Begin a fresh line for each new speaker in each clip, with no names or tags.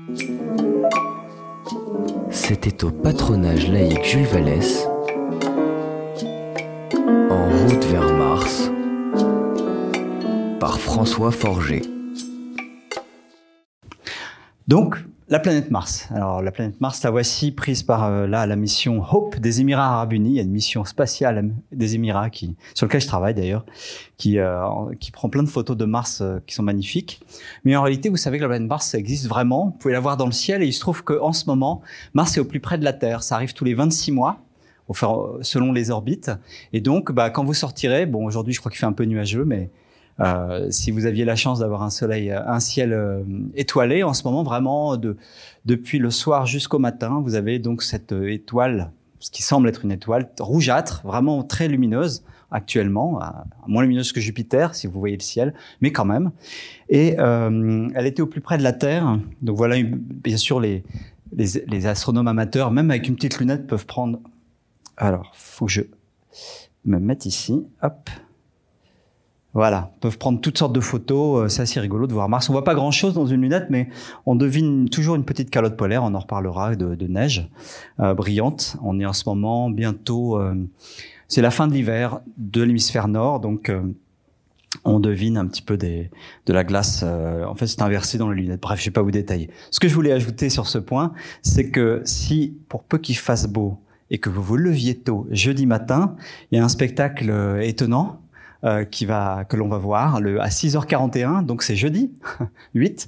C'était au patronage laïque Jules Vallès, En route vers Mars, par François Forger.
Donc, la planète Mars. Alors, la planète Mars, la voici prise par la mission Hope des Émirats Arabes Unis. Il y a une mission spatiale des Émirats sur laquelle je travaille d'ailleurs, qui prend plein de photos de Mars qui sont magnifiques. Mais en réalité, vous savez que la planète Mars, ça existe vraiment. Vous pouvez la voir dans le ciel et il se trouve qu'en ce moment, Mars est au plus près de la Terre. Ça arrive tous les 26 mois. Selon les orbites. Et donc, quand vous sortirez, bon, aujourd'hui, je crois qu'il fait un peu nuageux, mais si vous aviez la chance d'avoir un ciel étoilé, en ce moment, vraiment, depuis le soir jusqu'au matin, vous avez donc cette étoile, ce qui semble être une étoile rougeâtre, vraiment très lumineuse actuellement, moins lumineuse que Jupiter, si vous voyez le ciel, mais quand même. Et elle était au plus près de la Terre. Donc voilà, bien sûr, les astronomes amateurs, même avec une petite lunette, peuvent prendre... Alors, faut que je me mette ici, hop. Voilà, peuvent prendre toutes sortes de photos, c'est assez rigolo de voir Mars. On voit pas grand-chose dans une lunette, mais on devine toujours une petite calotte polaire, on en reparlera, de neige brillante. On est en ce moment bientôt, c'est la fin de l'hiver de l'hémisphère nord, donc on devine un petit peu de la glace. En fait, c'est inversé dans les lunettes. Bref, je vais pas vous détailler. Ce que je voulais ajouter sur ce point, c'est que si, pour peu qu'il fasse beau, et que vous vous leviez tôt jeudi matin, il y a un spectacle étonnant que l'on va voir à 6h41, donc c'est jeudi 8.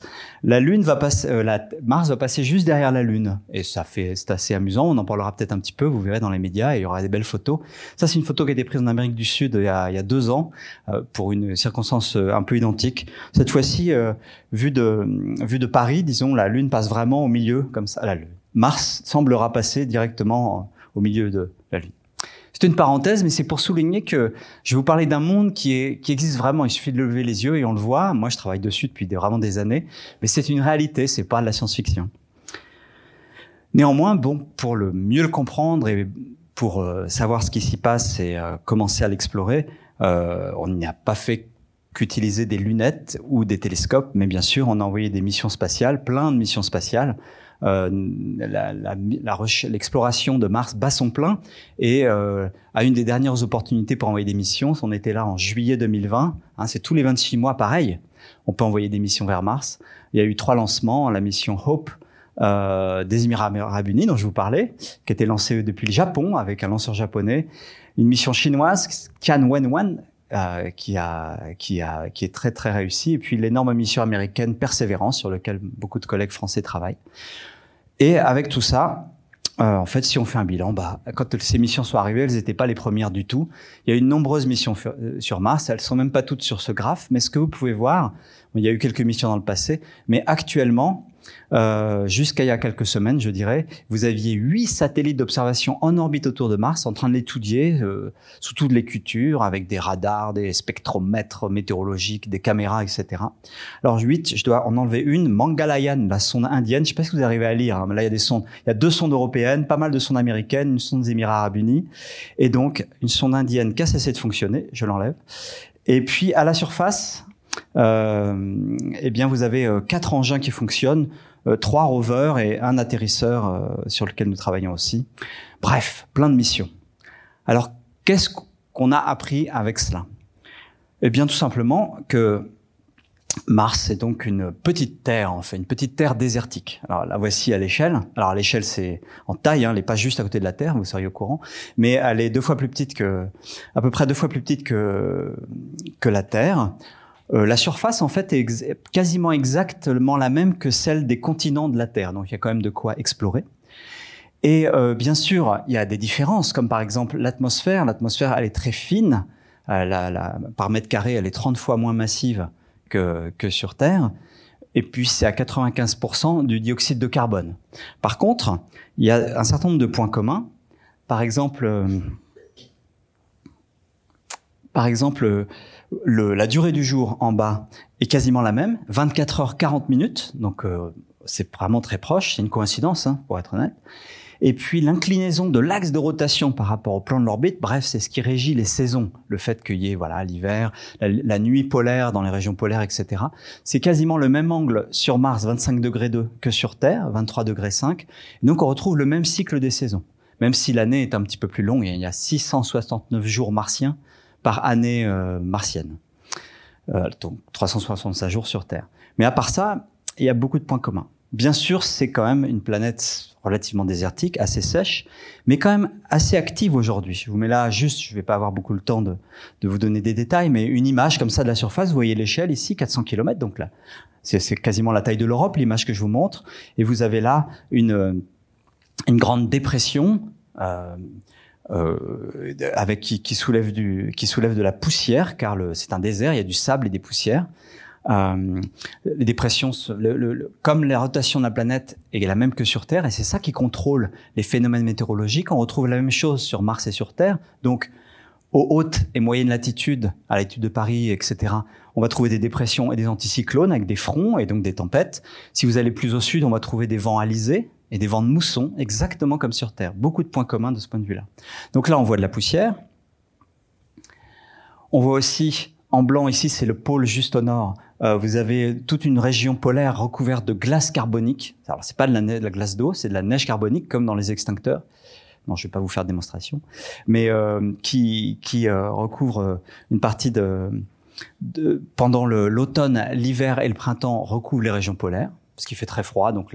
Mars va passer juste derrière la Lune et c'est assez amusant. On en parlera peut-être un petit peu. Vous verrez dans les médias, et il y aura des belles photos. Ça, c'est une photo qui a été prise en Amérique du Sud il y a 2 ans pour une circonstance un peu identique. Cette fois-ci, vue de Paris, disons, la Lune passe vraiment au milieu comme ça. Mars semblera passer directement au milieu de la Lune. C'est une parenthèse, mais c'est pour souligner que je vais vous parler d'un monde qui existe vraiment. Il suffit de lever les yeux et on le voit. Moi, je travaille dessus depuis vraiment des années, mais c'est une réalité, c'est pas de la science-fiction. Néanmoins, pour mieux le comprendre et pour savoir ce qui s'y passe et commencer à l'explorer, on n'a pas fait qu'utiliser des lunettes ou des télescopes, mais bien sûr, on a envoyé des missions spatiales, plein de missions spatiales. L'exploration de Mars bat son plein et a une des dernières opportunités pour envoyer des missions. On était là en juillet 2020. C'est tous les 26 mois pareil. On peut envoyer des missions vers Mars. Il y a eu 3 lancements. La mission Hope des Émirats Arabes Unis, dont je vous parlais, qui a été lancée depuis le Japon avec un lanceur japonais. Une mission chinoise, Tianwen-1, qui est très très réussie. Et puis l'énorme mission américaine Perseverance, sur laquelle beaucoup de collègues français travaillent. Et avec tout ça, en fait, si on fait un bilan, quand ces missions sont arrivées, elles n'étaient pas les premières du tout. Il y a eu de nombreuses missions sur Mars. Elles sont même pas toutes sur ce graphe. Mais ce que vous pouvez voir, il y a eu quelques missions dans le passé. Mais actuellement, jusqu'à il y a quelques semaines, je dirais, vous aviez 8 satellites d'observation en orbite autour de Mars, en train de l'étudier sous toutes les coutures, avec des radars, des spectromètres météorologiques, des caméras, etc. Alors 8, je dois en enlever une, Mangalyaan, la sonde indienne. Je sais pas si vous arrivez à lire, mais là il y a des sondes. Il y a 2 sondes européennes, pas mal de sondes américaines, une sonde des Émirats Arabes Unis, et donc une sonde indienne qui a cessé de fonctionner. Je l'enlève. Et puis à la surface, vous avez 4 engins qui fonctionnent, 3 rovers et un atterrisseur sur lequel nous travaillons aussi. Bref, plein de missions. Alors, qu'est-ce qu'on a appris avec cela? Eh bien, tout simplement que Mars est donc une petite terre, en fait, une petite terre désertique. Alors, la voici à l'échelle. Alors, à l'échelle, c'est en taille, elle n'est pas juste à côté de la Terre, vous seriez au courant, mais elle est à peu près 2 fois plus petite que la Terre. La surface, en fait, est quasiment exactement la même que celle des continents de la Terre. Donc, il y a quand même de quoi explorer. Et bien sûr, il y a des différences, comme par exemple l'atmosphère. L'atmosphère, elle est très fine. Par mètre carré, elle est 30 fois moins massive que sur Terre. Et puis, c'est à 95% du dioxyde de carbone. Par contre, il y a un certain nombre de points communs. Par exemple, la durée du jour en bas est quasiment la même, 24 heures 40 minutes, donc c'est vraiment très proche, c'est une coïncidence, pour être honnête. Et puis l'inclinaison de l'axe de rotation par rapport au plan de l'orbite, bref, c'est ce qui régit les saisons. Le fait qu'il y ait l'hiver, la nuit polaire dans les régions polaires, etc. C'est quasiment le même angle sur Mars, 25 degrés 2, que sur Terre, 23 degrés 5. Donc on retrouve le même cycle des saisons. Même si l'année est un petit peu plus longue, il y a 669 jours martiens par année martienne. Donc 365 jours sur Terre. Mais à part ça, il y a beaucoup de points communs. Bien sûr, c'est quand même une planète relativement désertique, assez sèche, mais quand même assez active aujourd'hui. Je vous mets là juste, je vais pas avoir beaucoup le temps de vous donner des détails, mais une image comme ça de la surface, vous voyez l'échelle ici, 400 km, donc là, c'est quasiment la taille de l'Europe, l'image que je vous montre, et vous avez là une grande dépression, avec qui soulève de la poussière, car c'est un désert, il y a du sable et des poussières. Les dépressions, comme la rotation de la planète est la même que sur Terre, et c'est ça qui contrôle les phénomènes météorologiques. On retrouve la même chose sur Mars et sur Terre. Donc, aux hautes et moyennes latitudes, à l'altitude de Paris, etc., on va trouver des dépressions et des anticyclones avec des fronts et donc des tempêtes. Si vous allez plus au sud, on va trouver des vents alizés et des vents de mousson, exactement comme sur Terre. Beaucoup de points communs de ce point de vue-là. Donc là, on voit de la poussière. On voit aussi, en blanc ici, c'est le pôle juste au nord. Vous avez toute une région polaire recouverte de glace carbonique. Alors, c'est pas de la glace d'eau, c'est de la neige carbonique, comme dans les extincteurs. Non, je vais pas vous faire de démonstration. Mais qui recouvre une partie pendant l'automne, l'hiver et le printemps, recouvre les régions polaires, parce qu'il fait très froid, donc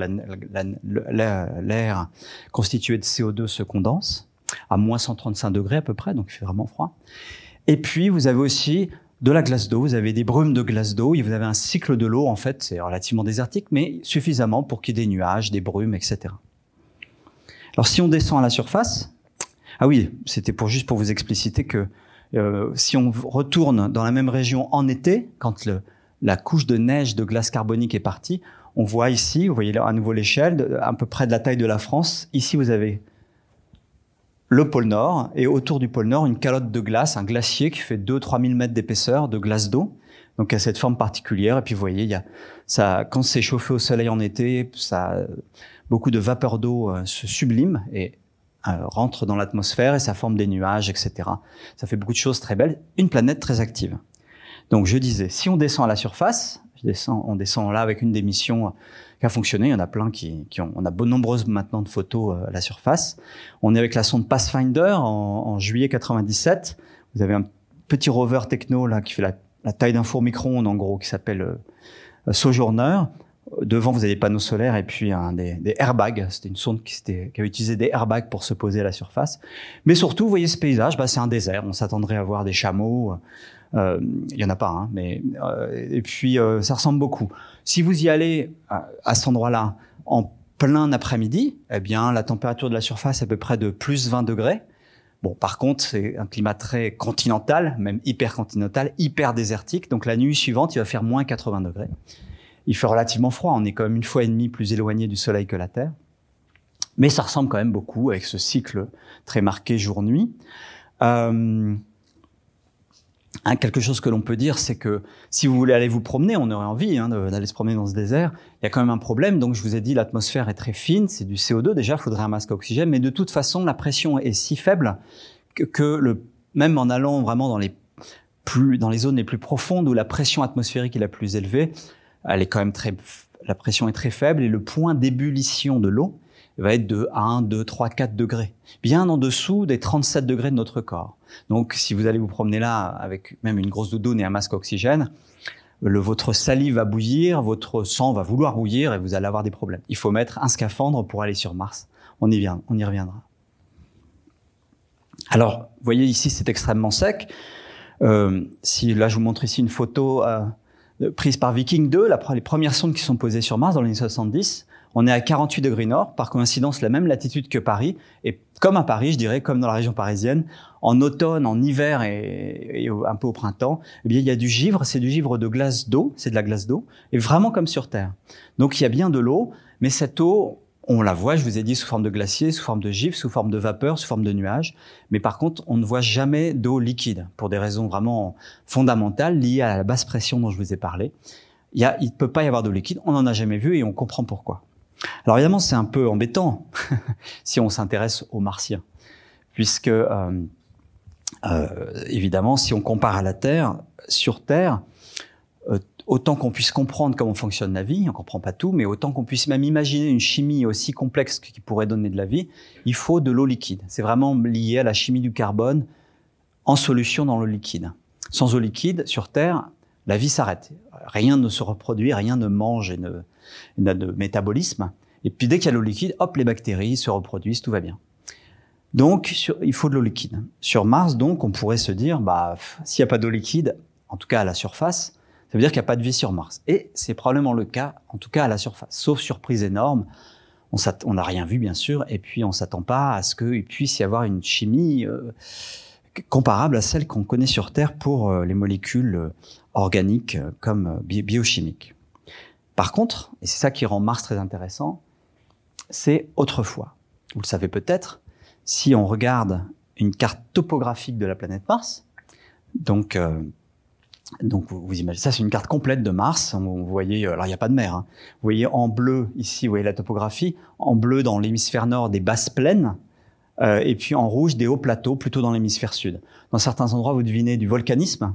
l'air constitué de CO2 se condense à moins 135 degrés à peu près, donc il fait vraiment froid. Et puis, vous avez aussi de la glace d'eau, vous avez des brumes de glace d'eau, et vous avez un cycle de l'eau, en fait, c'est relativement désertique, mais suffisamment pour qu'il y ait des nuages, des brumes, etc. Alors, si on descend à la surface, ah oui, c'était juste pour vous expliciter que si on retourne dans la même région en été, quand la couche de neige de glace carbonique est partie, on voit ici, vous voyez là à nouveau l'échelle, à peu près de la taille de la France. Ici, vous avez le pôle Nord, et autour du pôle Nord, une calotte de glace, un glacier qui fait 2-3 000 mètres d'épaisseur de glace d'eau, donc à cette forme particulière. Et puis vous voyez, quand c'est chauffé au soleil en été, beaucoup de vapeur d'eau se sublime et rentre dans l'atmosphère et ça forme des nuages, etc. Ça fait beaucoup de choses très belles. Une planète très active. Donc je disais, si on descend à la surface, on descend là avec une des missions qui a fonctionné. Il y en a plein on a nombreuses maintenant de photos à la surface. On est avec la sonde Pathfinder en juillet 97. Vous avez un petit rover techno là qui fait la taille d'un four micro-ondes en gros, qui s'appelle Sojourner. Devant, vous avez des panneaux solaires et puis des airbags. C'était une sonde qui avait utilisé des airbags pour se poser à la surface. Mais surtout, vous voyez ce paysage, c'est un désert. On s'attendrait à voir des chameaux. Il y en a pas, hein, mais et puis ça ressemble beaucoup. Si vous y allez à cet endroit-là en plein après-midi, eh bien la température de la surface est à peu près de plus 20 degrés. Bon, par contre, c'est un climat très continental, même hyper continental, hyper désertique. Donc la nuit suivante, il va faire moins 80 degrés. Il fait relativement froid. On est quand même 1,5 fois plus éloigné du Soleil que la Terre, mais ça ressemble quand même beaucoup avec ce cycle très marqué jour-nuit. Quelque chose que l'on peut dire, c'est que si vous voulez aller vous promener, on aurait envie d'aller se promener dans ce désert. Il y a quand même un problème. Donc, je vous ai dit, l'atmosphère est très fine. C'est du CO2. Déjà, il faudrait un masque à oxygène. Mais de toute façon, la pression est si faible que même en allant vraiment dans les zones les plus profondes où la pression atmosphérique est la plus élevée, elle est quand même la pression est très faible et le point d'ébullition de l'eau va être de 1, 2, 3, 4 degrés, bien en dessous des 37 degrés de notre corps. Donc, si vous allez vous promener là avec même une grosse doudoune et un masque à oxygène, votre salive va bouillir, votre sang va vouloir bouillir et vous allez avoir des problèmes. Il faut mettre un scaphandre pour aller sur Mars. On y reviendra. Alors, vous voyez ici, c'est extrêmement sec. Si là, je vous montre ici une photo prise par Viking 2, les premières sondes qui sont posées sur Mars dans les années 70. On est à 48 degrés nord, par coïncidence la même latitude que Paris, et comme à Paris, je dirais, comme dans la région parisienne, en automne, en hiver et un peu au printemps, eh bien il y a du givre, c'est du givre de glace d'eau, c'est de la glace d'eau, et vraiment comme sur Terre. Donc il y a bien de l'eau, mais cette eau, on la voit, je vous ai dit, sous forme de glacier, sous forme de givre, sous forme de vapeur, sous forme de nuages, mais par contre, on ne voit jamais d'eau liquide, pour des raisons vraiment fondamentales liées à la basse pression dont je vous ai parlé. Il ne peut pas y avoir d'eau liquide, on n'en a jamais vu et on comprend pourquoi. Alors évidemment, c'est un peu embêtant si on s'intéresse aux Martiens, puisque évidemment, si on compare à la Terre, sur Terre, autant qu'on puisse comprendre comment fonctionne la vie, on ne comprend pas tout, mais autant qu'on puisse même imaginer une chimie aussi complexe qui pourrait donner de la vie, il faut de l'eau liquide. C'est vraiment lié à la chimie du carbone en solution dans l'eau liquide. Sans eau liquide, sur Terre, la vie s'arrête. Rien ne se reproduit, rien ne mange et n'a de métabolisme. Et puis dès qu'il y a l'eau liquide, hop, les bactéries se reproduisent, tout va bien. Donc, il faut de l'eau liquide. Sur Mars, donc, on pourrait se dire, s'il n'y a pas d'eau liquide, en tout cas à la surface, ça veut dire qu'il n'y a pas de vie sur Mars. Et c'est probablement le cas, en tout cas à la surface. Sauf surprise énorme, on n'a rien vu bien sûr, et puis on ne s'attend pas à ce qu'il puisse y avoir une chimie comparable à celle qu'on connaît sur Terre pour les molécules organiques comme biochimiques. Par contre, et c'est ça qui rend Mars très intéressant, c'est autrefois. Vous le savez peut-être, si on regarde une carte topographique de la planète Mars, donc vous imaginez, ça c'est une carte complète de Mars. Vous voyez, alors il n'y a pas de mer. Hein. Vous voyez en bleu ici, vous voyez la topographie. En bleu dans l'hémisphère nord des basses plaines, et puis en rouge des hauts plateaux, plutôt dans l'hémisphère sud. Dans certains endroits, vous devinez du volcanisme.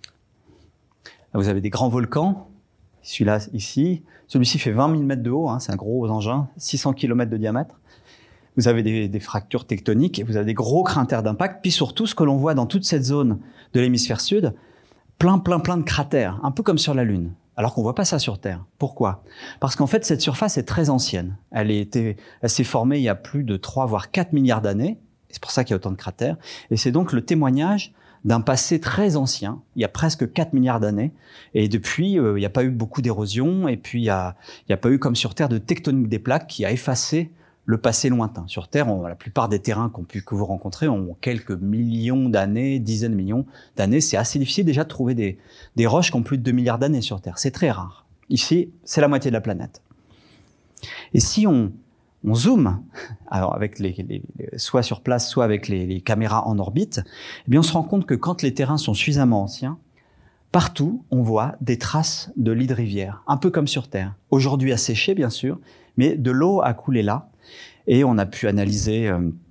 Là, vous avez des grands volcans. Celui-là ici, celui-ci fait 20 000 mètres de haut. Hein, c'est un gros engin, 600 km de diamètre. Vous avez des fractures tectoniques, et vous avez des gros cratères d'impact. Puis surtout, ce que l'on voit dans toute cette zone de l'hémisphère sud, plein de cratères, un peu comme sur la Lune, alors qu'on voit pas ça sur Terre. Pourquoi ? Parce qu'en fait, cette surface est très ancienne. Elle s'est formée il y a plus de 3 voire 4 milliards d'années. C'est pour ça qu'il y a autant de cratères. Et c'est donc le témoignage d'un passé très ancien, il y a presque 4 milliards d'années. Et depuis, il n'y a pas eu beaucoup d'érosion. Et puis, il n'y a pas eu, comme sur Terre, de tectonique des plaques qui a effacé le passé lointain. Sur Terre, la plupart des terrains que vous rencontrez ont quelques millions d'années, dizaines de millions d'années. C'est assez difficile déjà de trouver des roches qui ont plus de 2 milliards d'années sur Terre. C'est très rare. Ici, c'est la moitié de la planète. Et si on zoome, alors avec soit sur place, soit avec les caméras en orbite, eh bien on se rend compte que quand les terrains sont suffisamment anciens, partout, on voit des traces de lits de rivière, un peu comme sur Terre. Aujourd'hui asséchés, bien sûr, mais de l'eau a coulé là. Et on a pu analyser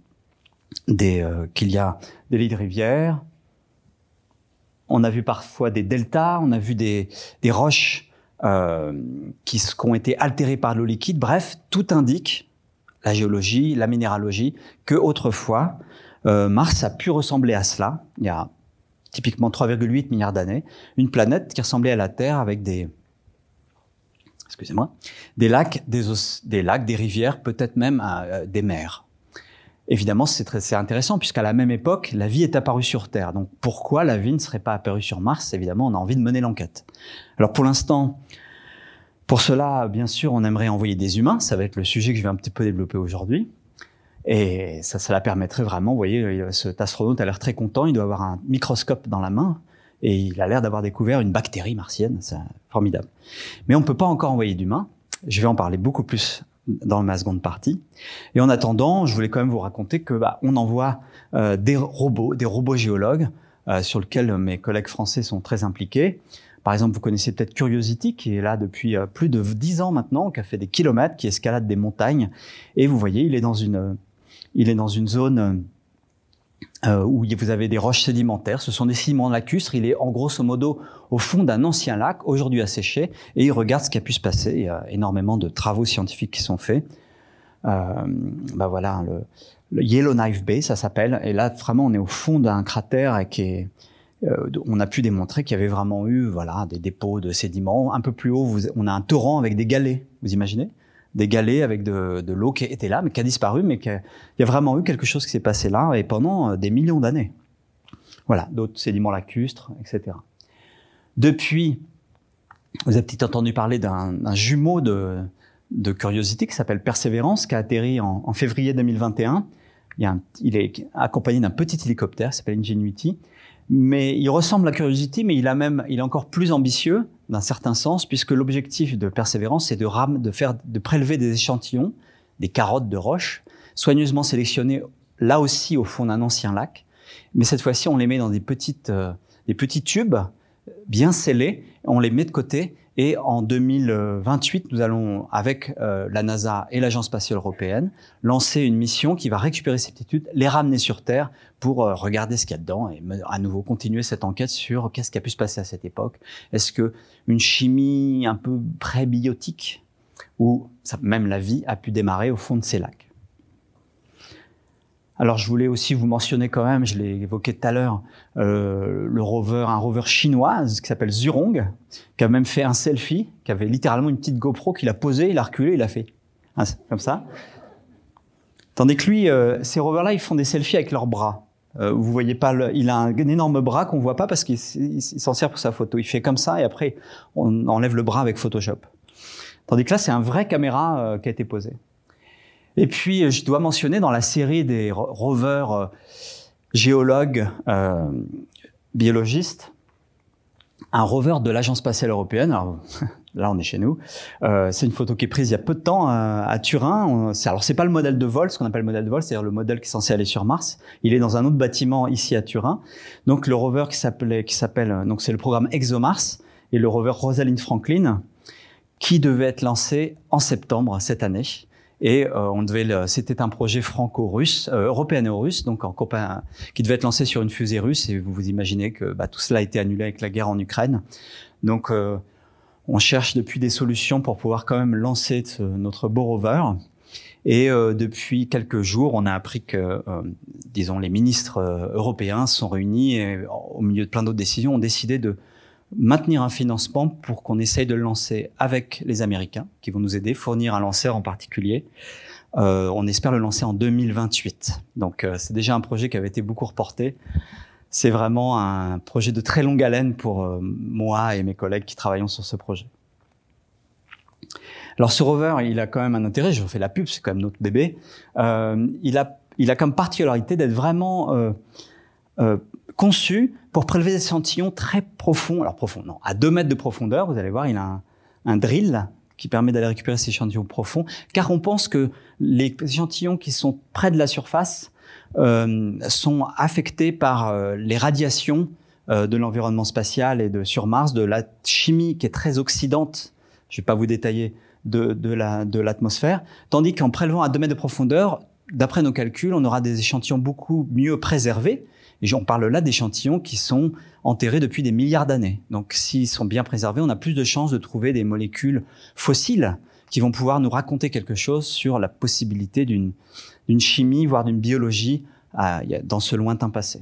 qu'il y a des lits de rivière. On a vu parfois des deltas, on a vu des roches qui ont été altérées par l'eau liquide. Bref, tout indique, la géologie, la minéralogie, que autrefois, Mars a pu ressembler à cela, il y a typiquement 3,8 milliards d'années, une planète qui ressemblait à la Terre avec des lacs, des rivières, peut-être même des mers. Évidemment, c'est intéressant puisqu'à la même époque, la vie est apparue sur Terre. Donc pourquoi la vie ne serait pas apparue sur Mars ? Évidemment, on a envie de mener l'enquête. Alors pour l'instant, pour cela, bien sûr, on aimerait envoyer des humains. Ça va être le sujet que je vais un petit peu développer aujourd'hui. Et ça la permettrait vraiment, vous voyez, cet astronaute a l'air très content, il doit avoir un microscope dans la main. Et il a l'air d'avoir découvert une bactérie martienne, c'est formidable. Mais on ne peut pas encore envoyer d'humains. Je vais en parler beaucoup plus dans ma seconde partie. Et en attendant, je voulais quand même vous raconter que on envoie des robots géologues, sur lesquels mes collègues français sont très impliqués. Par exemple, vous connaissez peut-être Curiosity, qui est là depuis plus de 10 ans maintenant, qui a fait des kilomètres, qui escalade des montagnes. Et vous voyez, il est dans une zone où vous avez des roches sédimentaires. Ce sont des sédiments lacustres. Il est en grosso modo au fond d'un ancien lac, aujourd'hui asséché, et il regarde ce qui a pu se passer. Il y a énormément de travaux scientifiques qui sont faits. Voilà, le Yellowknife Bay, ça s'appelle. Et là, vraiment, on est au fond d'un cratère et on a pu démontrer qu'il y avait vraiment eu, des dépôts de sédiments. Un peu plus haut, on a un torrent avec des galets. Vous imaginez ? Des galets avec de l'eau qui était là, mais qui a disparu, mais il y a vraiment eu quelque chose qui s'est passé là, et pendant des millions d'années. Voilà, d'autres sédiments lacustres, etc. Depuis, vous avez peut-être entendu parler d'un jumeau de Curiosity qui s'appelle Perseverance, qui a atterri en février 2021. Il est accompagné d'un petit hélicoptère qui s'appelle Ingenuity. Mais il ressemble à Curiosity, mais il est encore plus ambitieux d'un certain sens, puisque l'objectif de Persévérance, c'est de prélever des échantillons, des carottes de roches, soigneusement sélectionnées là aussi au fond d'un ancien lac. Mais cette fois-ci, on les met dans des petits tubes bien scellés, on les met de côté Et en 2028, nous allons, avec la NASA et l'Agence spatiale européenne, lancer une mission qui va récupérer ces petites études, les ramener sur Terre pour regarder ce qu'il y a dedans et à nouveau continuer cette enquête sur qu'est-ce qui a pu se passer à cette époque. Est-ce que une chimie un peu pré-biotique ou même la vie a pu démarrer au fond de ces lacs? Alors, je voulais aussi vous mentionner quand même, je l'ai évoqué tout à l'heure, un rover chinois qui s'appelle Zhurong, qui a même fait un selfie, qui avait littéralement une petite GoPro qu'il a posée, il a reculé, il a fait comme ça. Tandis que lui, ces rovers-là, ils font des selfies avec leurs bras. Vous voyez pas, il a un énorme bras qu'on voit pas parce qu'il s'en sert pour sa photo. Il fait comme ça et après, on enlève le bras avec Photoshop. Tandis que là, c'est un vrai caméra qui a été posé. Et puis, je dois mentionner dans la série des rovers géologues, biologistes, un rover de l'Agence spatiale européenne. Alors, là, on est chez nous. C'est une photo qui est prise il y a peu de temps à Turin. Alors, c'est pas le modèle de vol, ce qu'on appelle le modèle de vol, c'est-à-dire le modèle qui est censé aller sur Mars. Il est dans un autre bâtiment ici à Turin. Donc, le rover qui s'appelle, donc c'est le programme ExoMars et le rover Rosalind Franklin, qui devait être lancé en septembre cette année. Et c'était un projet franco-russe, européen et russe, donc qui devait être lancé sur une fusée russe. Et vous vous imaginez que tout cela a été annulé avec la guerre en Ukraine. Donc, on cherche depuis des solutions pour pouvoir quand même lancer notre beau rover. Et depuis quelques jours, on a appris que, les ministres européens sont réunis et, au milieu de plein d'autres décisions, ont décidé de maintenir un financement pour qu'on essaye de le lancer avec les Américains, qui vont nous aider, fournir un lanceur en particulier. On espère le lancer en 2028. Donc, c'est déjà un projet qui avait été beaucoup reporté. C'est vraiment un projet de très longue haleine pour moi et mes collègues qui travaillons sur ce projet. Alors, ce rover, il a quand même un intérêt. Je refais la pub, c'est quand même notre bébé. Il a comme particularité d'être vraiment conçu pour prélever des échantillons très profonds. Alors profonds, non, à 2 mètres de profondeur. Vous allez voir, il a un drill qui permet d'aller récupérer ces échantillons profonds, car on pense que les échantillons qui sont près de la surface sont affectés par les radiations de l'environnement spatial et sur Mars, de la chimie qui est très oxydante. Je vais pas vous détailler de l'atmosphère, tandis qu'en prélevant à 2 mètres de profondeur, d'après nos calculs, on aura des échantillons beaucoup mieux préservés. Et on parle là d'échantillons qui sont enterrés depuis des milliards d'années. Donc, s'ils sont bien préservés, on a plus de chances de trouver des molécules fossiles qui vont pouvoir nous raconter quelque chose sur la possibilité d'une chimie, voire d'une biologie dans ce lointain passé.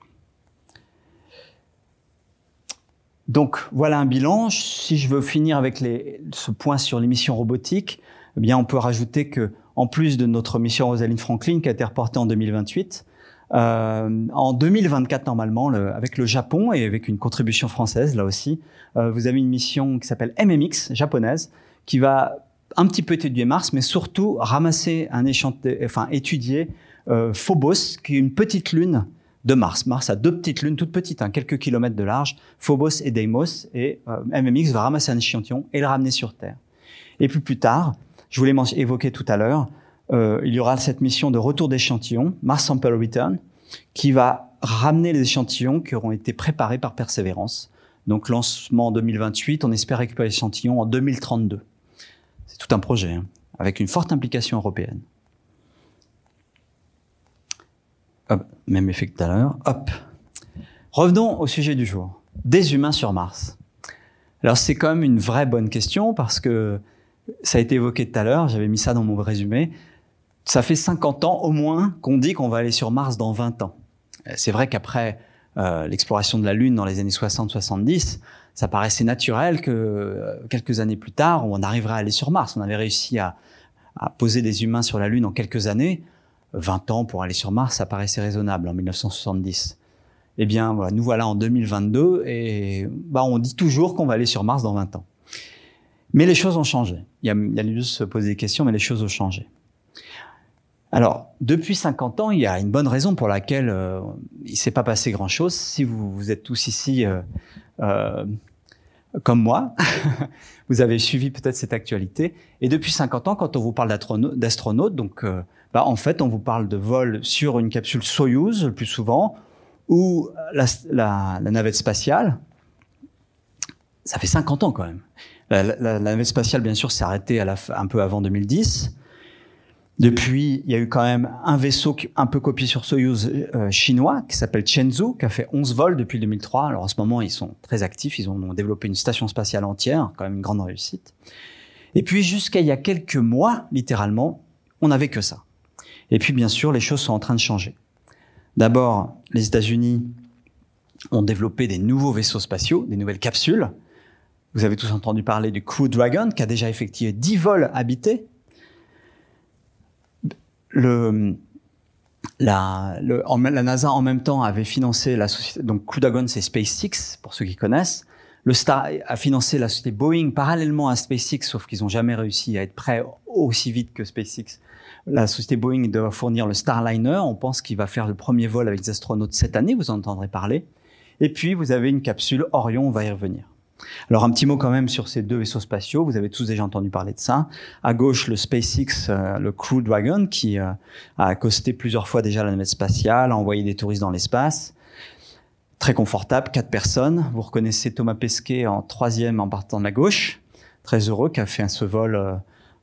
Donc, voilà un bilan. Si je veux finir avec ce point sur les missions robotiques, eh bien, on peut rajouter que, en plus de notre mission Rosalind Franklin qui a été reportée en 2028, en 2024, normalement, avec le Japon et avec une contribution française, là aussi, vous avez une mission qui s'appelle MMX, japonaise, qui va un petit peu étudier Mars, mais surtout ramasser étudier Phobos, qui est une petite lune de Mars. Mars a 2 petites lunes, toutes petites, quelques kilomètres de large, Phobos et Deimos, et MMX va ramasser un échantillon et le ramener sur Terre. Et puis plus tard, je voulais évoquer tout à l'heure, il y aura cette mission de retour d'échantillons, Mars Sample Return, qui va ramener les échantillons qui auront été préparés par Perseverance. Donc, lancement en 2028, on espère récupérer les échantillons en 2032. C'est tout un projet, avec une forte implication européenne. Hop, même effet que tout à l'heure. Hop. Revenons au sujet du jour. Des humains sur Mars. Alors, c'est quand même une vraie bonne question, parce que ça a été évoqué tout à l'heure, j'avais mis ça dans mon résumé. Ça fait 50 ans au moins qu'on dit qu'on va aller sur Mars dans 20 ans. C'est vrai qu'après l'exploration de la Lune dans les années 60-70, ça paraissait naturel que quelques années plus tard, on arriverait à aller sur Mars. On avait réussi à poser des humains sur la Lune en quelques années. 20 ans pour aller sur Mars, ça paraissait raisonnable en 1970. Eh bien, voilà, nous voilà en 2022 et on dit toujours qu'on va aller sur Mars dans 20 ans. Mais les choses ont changé. Il y a lieu de se poser des questions, mais les choses ont changé. Alors, depuis 50 ans, il y a une bonne raison pour laquelle il ne s'est pas passé grand-chose. Si vous êtes tous ici comme moi, vous avez suivi peut-être cette actualité. Et depuis 50 ans, quand on vous parle d'astronautes, donc en fait, on vous parle de vol sur une capsule Soyouz, le plus souvent, ou la navette spatiale. Ça fait 50 ans quand même. La navette spatiale, bien sûr, s'est arrêtée un peu avant 2010. Depuis, il y a eu quand même un vaisseau un peu copié sur Soyuz chinois qui s'appelle Shenzhou, qui a fait 11 vols depuis 2003. Alors en ce moment, ils sont très actifs. Ils ont développé une station spatiale entière, quand même une grande réussite. Et puis jusqu'à il y a quelques mois, littéralement, on n'avait que ça. Et puis bien sûr, les choses sont en train de changer. D'abord, les États-Unis ont développé des nouveaux vaisseaux spatiaux, des nouvelles capsules. Vous avez tous entendu parler du Crew Dragon, qui a déjà effectué 10 vols habités. La NASA en même temps avait financé la société, donc Crew Dragon c'est SpaceX pour ceux qui connaissent. Le Star a financé la société Boeing parallèlement à SpaceX, sauf qu'ils n'ont jamais réussi à être prêts aussi vite que SpaceX. La société Boeing doit fournir le Starliner. On pense qu'il va faire le premier vol avec des astronautes cette année, vous en entendrez parler. Et puis vous avez une capsule Orion, on va y revenir. Alors un petit mot quand même sur ces deux vaisseaux spatiaux, vous avez tous déjà entendu parler de ça. À gauche, le SpaceX, le Crew Dragon, qui a accosté plusieurs fois déjà la navette spatiale, a envoyé des touristes dans l'espace. Très confortable, 4 personnes. Vous reconnaissez Thomas Pesquet en 3e en partant de la gauche, très heureux, qui a fait ce vol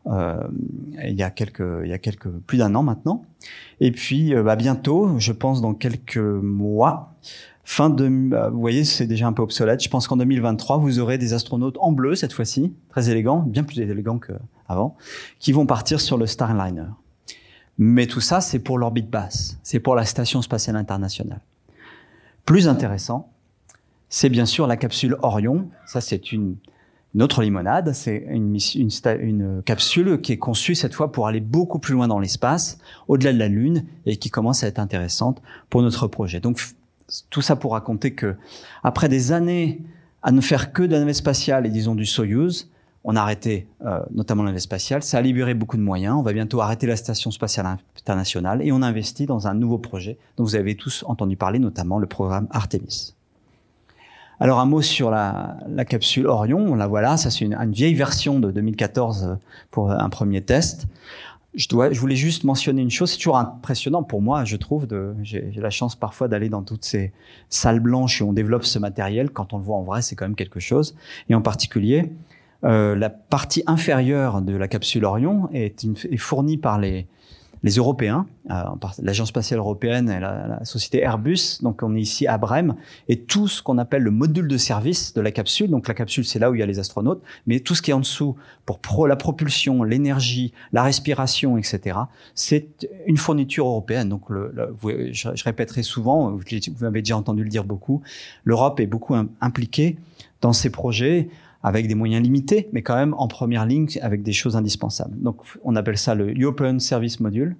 il y a plus d'un an maintenant. Et puis bientôt, je pense dans quelques mois, vous voyez, c'est déjà un peu obsolète. Je pense qu'en 2023, vous aurez des astronautes en bleu cette fois-ci, très élégants, bien plus élégants qu'avant, qui vont partir sur le Starliner. Mais tout ça, c'est pour l'orbite basse, c'est pour la Station spatiale internationale. Plus intéressant, c'est bien sûr la capsule Orion. Ça, c'est une autre limonade. C'est une capsule qui est conçue cette fois pour aller beaucoup plus loin dans l'espace, au-delà de la Lune, et qui commence à être intéressante pour notre projet. Donc, tout ça pour raconter que, après des années à ne faire que de la navette spatiale et disons du Soyuz, on a arrêté notamment la navette spatiale. Ça a libéré beaucoup de moyens. On va bientôt arrêter la Station spatiale internationale et on investit dans un nouveau projet dont vous avez tous entendu parler, notamment le programme Artemis. Alors un mot sur la capsule Orion. La voilà, ça c'est une vieille version de 2014 pour un premier test. Je voulais juste mentionner une chose, c'est toujours impressionnant pour moi, je trouve. J'ai la chance parfois d'aller dans toutes ces salles blanches où on développe ce matériel. Quand on le voit en vrai, c'est quand même quelque chose. Et en particulier, la partie inférieure de la capsule Orion est fournie par les Européens, l'Agence spatiale européenne et la société Airbus. Donc on est ici à Brême, et tout ce qu'on appelle le module de service de la capsule. Donc la capsule, c'est là où il y a les astronautes, mais tout ce qui est en dessous pour la propulsion, l'énergie, la respiration, etc. C'est une fourniture européenne. Donc je répéterai souvent, vous m'avez déjà entendu le dire beaucoup, l'Europe est beaucoup impliquée dans ces projets, avec des moyens limités, mais quand même en première ligne avec des choses indispensables. Donc, on appelle ça le European Service Module,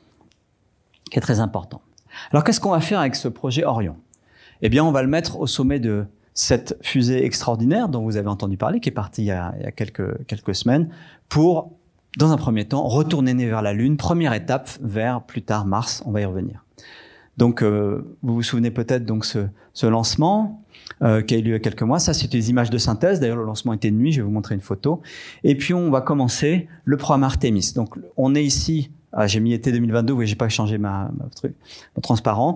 qui est très important. Alors, qu'est-ce qu'on va faire avec ce projet Orion? Eh bien, on va le mettre au sommet de cette fusée extraordinaire dont vous avez entendu parler, qui est partie il y a quelques semaines, pour, dans un premier temps, retourner vers la Lune. Première étape vers, plus tard, Mars. On va y revenir. Donc, vous vous souvenez peut-être donc ce lancement qui a eu lieu il y a quelques mois. Ça, c'était des images de synthèse. D'ailleurs, le lancement était de nuit. Je vais vous montrer une photo. Et puis, on va commencer le programme Artemis. Donc, on est ici. J'ai mis été 2022. Oui, j'ai pas changé mon transparent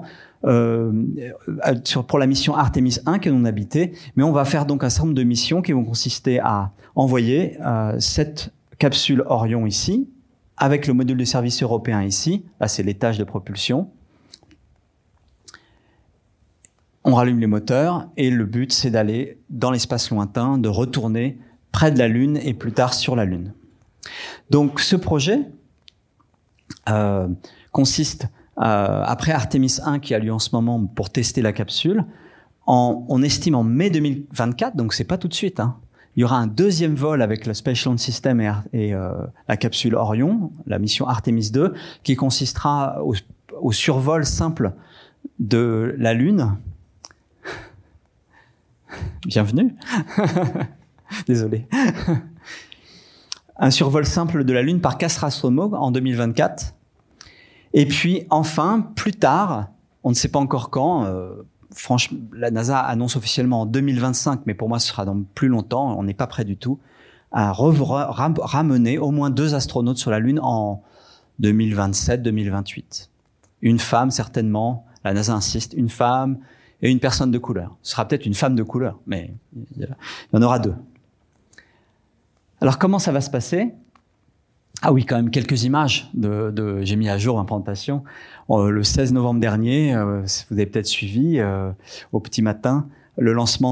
pour la mission Artemis 1 que l'on habitait. Mais on va faire donc un certain nombre de missions qui vont consister à envoyer cette capsule Orion ici, avec le module de service européen ici. Là, c'est l'étage de propulsion. On rallume les moteurs et le but, c'est d'aller dans l'espace lointain, de retourner près de la Lune et plus tard sur la Lune. Donc, ce projet consiste, après Artemis 1 qui a lieu en ce moment pour tester la capsule, on estime en mai 2024, donc c'est pas tout de suite, hein. Il y aura un deuxième vol avec le Space Launch System et la capsule Orion, la mission Artemis 2, qui consistera au survol simple de la Lune. Bienvenue. Désolé. Un survol simple de la Lune par Castro-Astromov en 2024. Et puis, enfin, plus tard, on ne sait pas encore quand, franchement, la NASA annonce officiellement en 2025, mais pour moi, ce sera dans plus longtemps, on n'est pas près du tout, à ramener au moins 2 astronautes sur la Lune en 2027-2028. Une femme, certainement, la NASA insiste, une femme et une personne de couleur. Ce sera peut-être une femme de couleur, mais il y en aura 2. Alors, comment ça va se passer? Ah oui, quand même quelques images j'ai mis à jour ma présentation. Le 16 novembre dernier, vous avez peut-être suivi au petit matin le lancement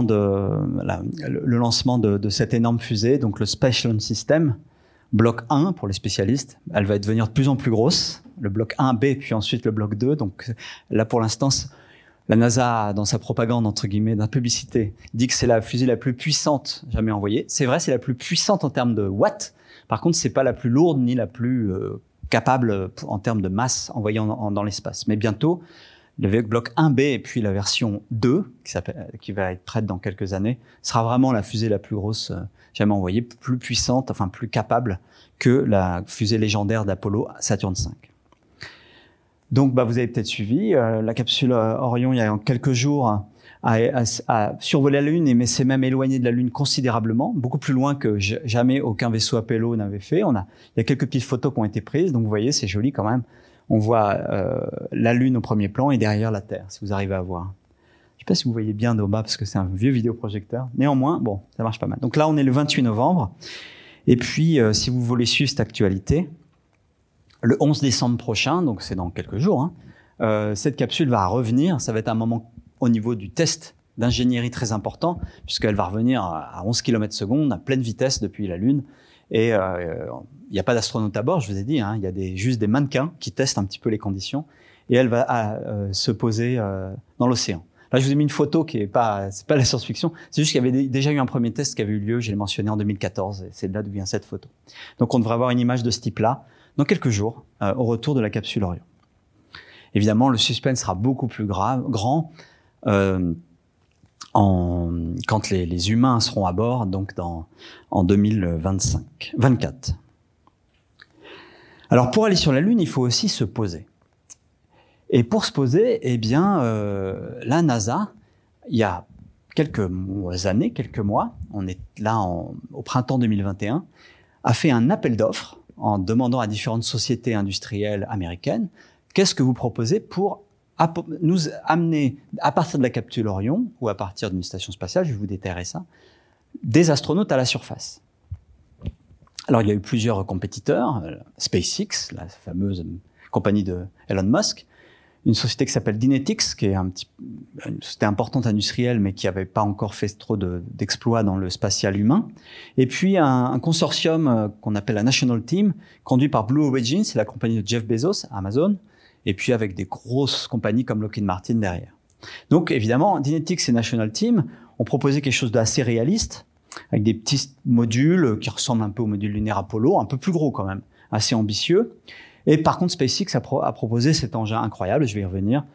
de cette énorme fusée, donc le Space Launch System, bloc 1 pour les spécialistes. Elle va devenir de plus en plus grosse, le bloc 1B, puis ensuite le bloc 2. Donc là, pour l'instant, la NASA, dans sa propagande, entre guillemets, dans la publicité, dit que c'est la fusée la plus puissante jamais envoyée. C'est vrai, c'est la plus puissante en termes de watts. Par contre, c'est pas la plus lourde ni la plus capable en termes de masse envoyée dans l'espace. Mais bientôt, le bloc 1B et puis la version 2, qui va être prête dans quelques années, sera vraiment la fusée la plus grosse jamais envoyée, plus puissante, enfin plus capable que la fusée légendaire d'Apollo Saturn V. Donc, vous avez peut-être suivi la capsule Orion il y a quelques jours a survolé la Lune, mais s'est même éloigné de la Lune considérablement, beaucoup plus loin que jamais aucun vaisseau Apollo n'avait fait. Il y a quelques petites photos qui ont été prises, donc vous voyez, c'est joli quand même. On voit la Lune au premier plan et derrière la Terre, si vous arrivez à voir. Je ne sais pas si vous voyez bien d'au bas parce que c'est un vieux vidéoprojecteur. Néanmoins, bon, ça marche pas mal. Donc là, on est le 28 novembre. Et puis, si vous voulez suivre cette actualité, le 11 décembre prochain, donc c'est dans quelques jours, cette capsule va revenir. Ça va être un moment au niveau du test d'ingénierie très important, puisqu'elle va revenir à 11 km/s à pleine vitesse depuis la Lune. Et il n'y a pas d'astronaute à bord, je vous ai dit, il y a juste des mannequins qui testent un petit peu les conditions. Et elle va se poser dans l'océan. Là, je vous ai mis une photo qui c'est pas la science-fiction, c'est juste qu'il y avait déjà eu un premier test qui avait eu lieu, je l'ai mentionné en 2014, et c'est de là d'où vient cette photo. Donc on devrait avoir une image de ce type-là dans quelques jours, au retour de la capsule Orion. Évidemment, le suspense sera beaucoup plus grand quand les humains seront à bord, donc en 2024. Alors, pour aller sur la Lune, il faut aussi se poser. Et pour se poser, la NASA, il y a quelques mois, on est là au printemps 2021, a fait un appel d'offres en demandant à différentes sociétés industrielles américaines, qu'est-ce que vous proposez pour nous amener, à partir de la capsule Orion, ou à partir d'une station spatiale, je vais vous détailler ça, des astronautes à la surface. Alors, il y a eu plusieurs compétiteurs, SpaceX, la fameuse compagnie de Elon Musk, une société qui s'appelle Dynetics, qui est une société importante industrielle, mais qui n'avait pas encore fait trop d'exploits dans le spatial humain. Et puis un consortium qu'on appelle la National Team, conduit par Blue Origin, c'est la compagnie de Jeff Bezos, Amazon, et puis avec des grosses compagnies comme Lockheed Martin derrière. Donc évidemment, Dynetics et National Team ont proposé quelque chose d'assez réaliste, avec des petits modules qui ressemblent un peu au module lunaire Apollo, un peu plus gros quand même, assez ambitieux. Et par contre, SpaceX a proposé cet engin incroyable, je vais y revenir,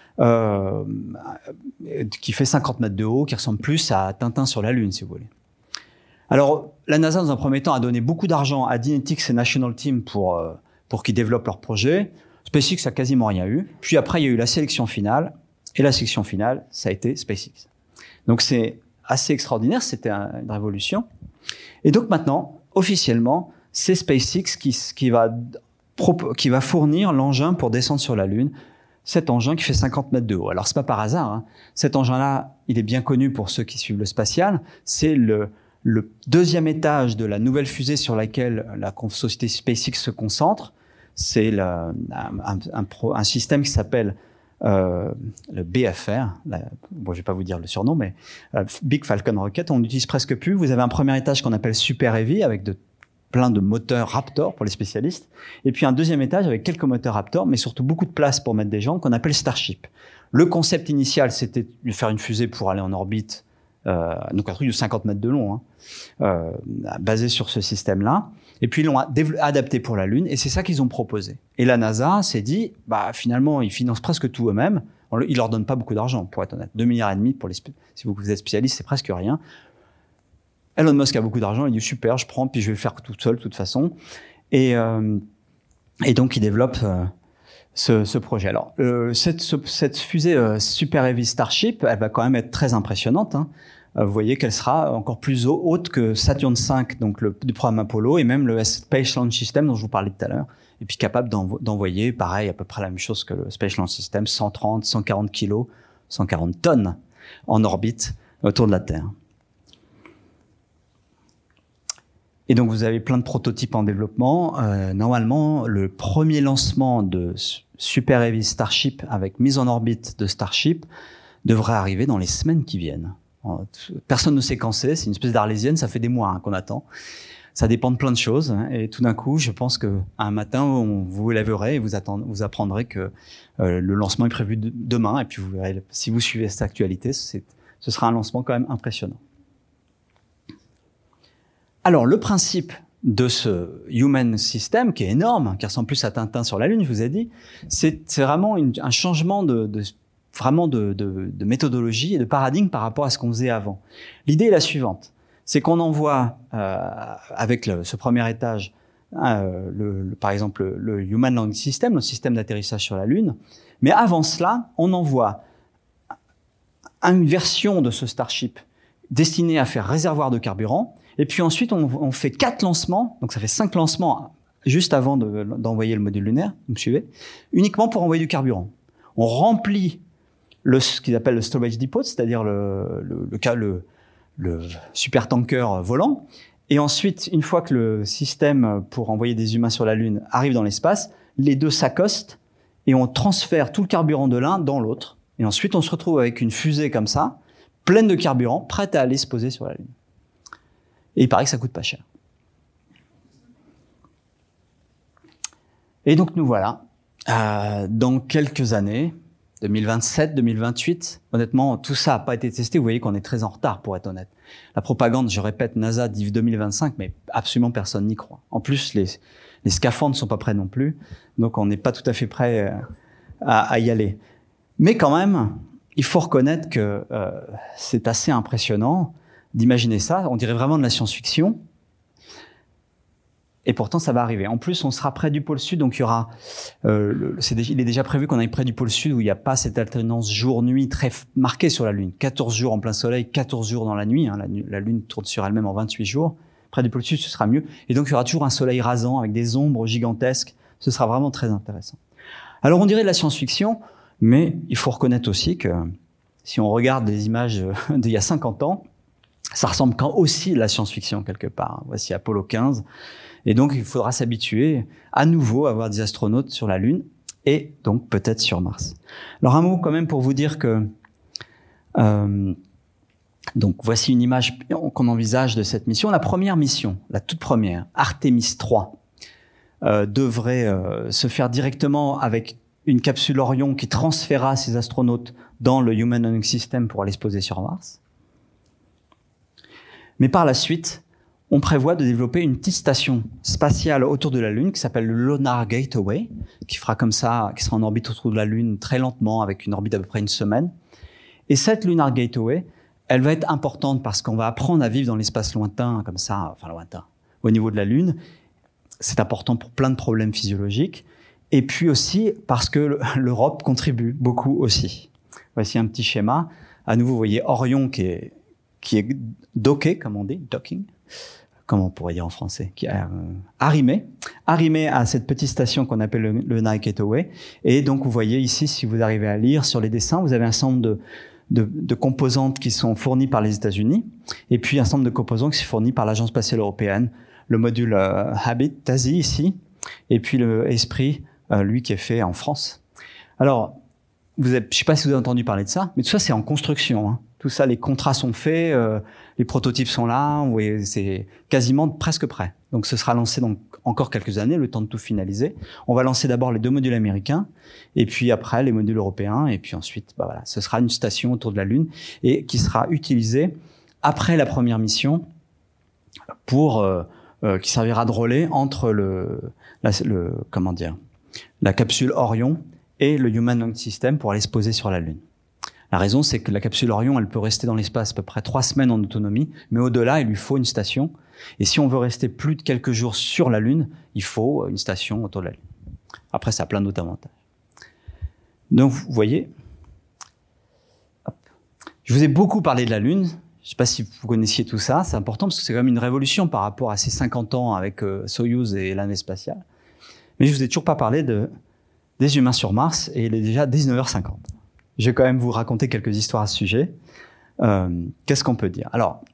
qui fait 50 mètres de haut, qui ressemble plus à Tintin sur la Lune, si vous voulez. Alors, la NASA, dans un premier temps, a donné beaucoup d'argent à Dynetics et National Team pour qu'ils développent leur projet. SpaceX a quasiment rien eu. Puis après, il y a eu la sélection finale. Et la sélection finale, ça a été SpaceX. Donc, c'est assez extraordinaire. C'était une révolution. Et donc, maintenant, officiellement, c'est SpaceX qui va fournir l'engin pour descendre sur la Lune. Cet engin qui fait 50 mètres de haut. Alors, c'est pas par hasard. Cet engin-là, il est bien connu pour ceux qui suivent le spatial. C'est le deuxième étage de la nouvelle fusée sur laquelle la société SpaceX se concentre. C'est un système qui s'appelle le BFR. Bon, je vais pas vous dire le surnom, mais Big Falcon Rocket. On n'utilise presque plus. Vous avez un premier étage qu'on appelle Super Heavy avec plein de moteurs Raptor pour les spécialistes. Et puis un deuxième étage avec quelques moteurs Raptor, mais surtout beaucoup de place pour mettre des gens qu'on appelle Starship. Le concept initial, c'était de faire une fusée pour aller en orbite, donc un truc de 50 mètres de long, basé sur ce système-là. Et puis ils l'ont adapté pour la Lune, et c'est ça qu'ils ont proposé. Et la NASA s'est dit, finalement, ils financent presque tout eux-mêmes. Ils leur donnent pas beaucoup d'argent, pour être honnête. 2,5 milliards si vous êtes spécialiste, c'est presque rien. Elon Musk a beaucoup d'argent, il dit super, je prends, puis je vais le faire tout seul, de toute façon. Et donc, il développe ce projet. Alors, cette fusée Super Heavy Starship, elle va quand même être très impressionnante. Vous voyez qu'elle sera encore plus haute que Saturn V, donc du programme Apollo, et même le Space Launch System dont je vous parlais tout à l'heure. Et puis capable d'envoyer, pareil, à peu près la même chose que le Space Launch System, 130, 140 kilos, 140 tonnes en orbite autour de la Terre. Et donc, vous avez plein de prototypes en développement. Normalement, le premier lancement de Super Heavy Starship avec mise en orbite de Starship devrait arriver dans les semaines qui viennent. Personne ne sait quand c'est une espèce d'arlésienne, ça fait des mois qu'on attend. Ça dépend de plein de choses. Et tout d'un coup, je pense qu'un matin, vous vous lèverez et vous apprendrez que le lancement est prévu demain. Et puis, vous verrez, si vous suivez cette actualité, ce sera un lancement quand même impressionnant. Alors, le principe de ce Human System, qui est énorme, qui ressemble plus à Tintin sur la Lune, je vous ai dit, c'est vraiment un changement de méthodologie et de paradigme par rapport à ce qu'on faisait avant. L'idée est la suivante. C'est qu'on envoie, avec ce premier étage, par exemple, le Human Landing System, le système d'atterrissage sur la Lune. Mais avant cela, on envoie une version de ce Starship destinée à faire réservoir de carburant. Et puis ensuite, on fait 4 lancements. Donc ça fait 5 lancements juste avant d'envoyer le module lunaire. Vous me suivez? Uniquement pour envoyer du carburant. On remplit ce qu'ils appellent le storage depot, c'est-à-dire le supertanker volant. Et ensuite, une fois que le système pour envoyer des humains sur la Lune arrive dans l'espace, les deux s'accostent et on transfère tout le carburant de l'un dans l'autre. Et ensuite, on se retrouve avec une fusée comme ça, pleine de carburant, prête à aller se poser sur la Lune. Et il paraît que ça coûte pas cher. Et donc nous voilà, dans quelques années, 2027, 2028, honnêtement, tout ça n'a pas été testé. Vous voyez qu'on est très en retard, pour être honnête. La propagande, je répète, NASA dit 2025, mais absolument personne n'y croit. En plus, les scaphandres ne sont pas prêts non plus, donc on n'est pas tout à fait prêt à y aller. Mais quand même, il faut reconnaître que c'est assez impressionnant d'imaginer ça. On dirait vraiment de la science-fiction. Et pourtant, ça va arriver. En plus, on sera près du pôle sud, donc il y aura. Il est déjà prévu qu'on aille près du pôle sud où il n'y a pas cette alternance jour-nuit très marquée sur la Lune. 14 jours en plein soleil, 14 jours dans la nuit. La Lune tourne sur elle-même en 28 jours. Près du pôle sud, ce sera mieux. Et donc, il y aura toujours un soleil rasant avec des ombres gigantesques. Ce sera vraiment très intéressant. Alors, on dirait de la science-fiction, mais il faut reconnaître aussi que si on regarde les images d'il y a 50 ans, ça ressemble aussi à la science-fiction quelque part. Voici Apollo 15. Et donc, il faudra s'habituer à nouveau à avoir des astronautes sur la Lune et donc peut-être sur Mars. Alors, un mot quand même pour vous dire que donc voici une image qu'on envisage de cette mission. La première mission, la toute première, Artemis 3, devrait se faire directement avec une capsule Orion qui transférera ses astronautes dans le Human Landing System pour aller se poser sur Mars. Mais par la suite, on prévoit de développer une petite station spatiale autour de la Lune qui s'appelle le Lunar Gateway, qui fera comme ça, qui sera en orbite autour de la Lune très lentement, avec une orbite d'à peu près une semaine. Et cette Lunar Gateway, elle va être importante parce qu'on va apprendre à vivre dans l'espace lointain, comme ça, enfin lointain, au niveau de la Lune. C'est important pour plein de problèmes physiologiques. Et puis aussi parce que l'Europe contribue beaucoup aussi. Voici un petit schéma. À nouveau, vous voyez Orion qui est docké, comme on dit, docking, comment on pourrait dire en français, qui est arrimé à cette petite station qu'on appelle le Lunar Gateway. Et donc, vous voyez ici, si vous arrivez à lire sur les dessins, vous avez un certain nombre de composantes qui sont fournies par les États-Unis, et puis un certain nombre de composantes qui sont fournies par l'Agence spatiale européenne, le module Habit, TASI ici, et puis le Esprit, lui qui est fait en France. Alors, je ne sais pas si vous avez entendu parler de ça, mais tout ça c'est en construction, hein. Tout ça, les contrats sont faits, les prototypes sont là, vous voyez, c'est quasiment presque prêt. Donc ce sera lancé dans encore quelques années, le temps de tout finaliser. On va lancer d'abord les 2 modules américains, et puis après les modules européens, et puis ensuite, voilà, ce sera une station autour de la Lune, et qui sera utilisée après la première mission pour qui servira de relais entre la capsule Orion et le Human Landing System pour aller se poser sur la Lune. La raison, c'est que la capsule Orion, elle peut rester dans l'espace à peu près 3 semaines en autonomie, mais au-delà, il lui faut une station. Et si on veut rester plus de quelques jours sur la Lune, il faut une station autour de la Lune. Après, ça a plein d'autres avantages. Donc, vous voyez, je vous ai beaucoup parlé de la Lune. Je ne sais pas si vous connaissiez tout ça. C'est important parce que c'est quand même une révolution par rapport à ces 50 ans avec Soyouz et la navette spatiale. Mais je ne vous ai toujours pas parlé des humains sur Mars et il est déjà 19h50. Je vais quand même vous raconter quelques histoires à ce sujet. Qu'est-ce qu'on peut dire ?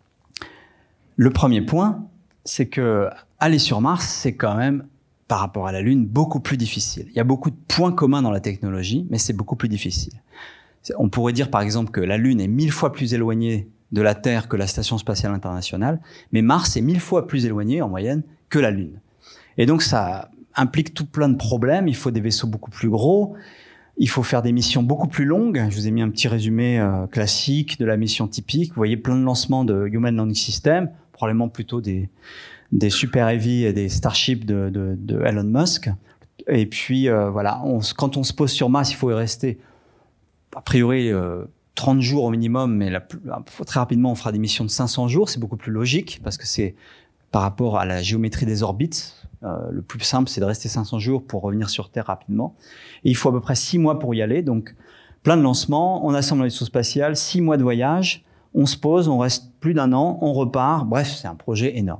Alors, le premier point, c'est que aller sur Mars, c'est quand même, par rapport à la Lune, beaucoup plus difficile. Il y a beaucoup de points communs dans la technologie, mais c'est beaucoup plus difficile. On pourrait dire, par exemple, que la Lune est 1000 fois plus éloignée de la Terre que la Station spatiale internationale, mais Mars est 1000 fois plus éloigné, en moyenne, que la Lune. Et donc, ça implique tout plein de problèmes. Il faut des vaisseaux beaucoup plus gros. Il faut faire des missions beaucoup plus longues. Je vous ai mis un petit résumé classique de la mission typique. Vous voyez plein de lancements de Human Landing System, probablement plutôt des Super Heavy et des Starship de Elon Musk. Et puis, voilà, quand on se pose sur Mars, il faut y rester, a priori, 30 jours au minimum, mais très rapidement, on fera des missions de 500 jours. C'est beaucoup plus logique parce que c'est par rapport à la géométrie des orbites. Le plus simple, c'est de rester 500 jours pour revenir sur Terre rapidement. Et il faut à peu près 6 mois pour y aller. Donc, plein de lancements, on assemble un vaisseau spatial, 6 mois de voyage, on se pose, on reste plus d'1 an, on repart. Bref, c'est un projet énorme.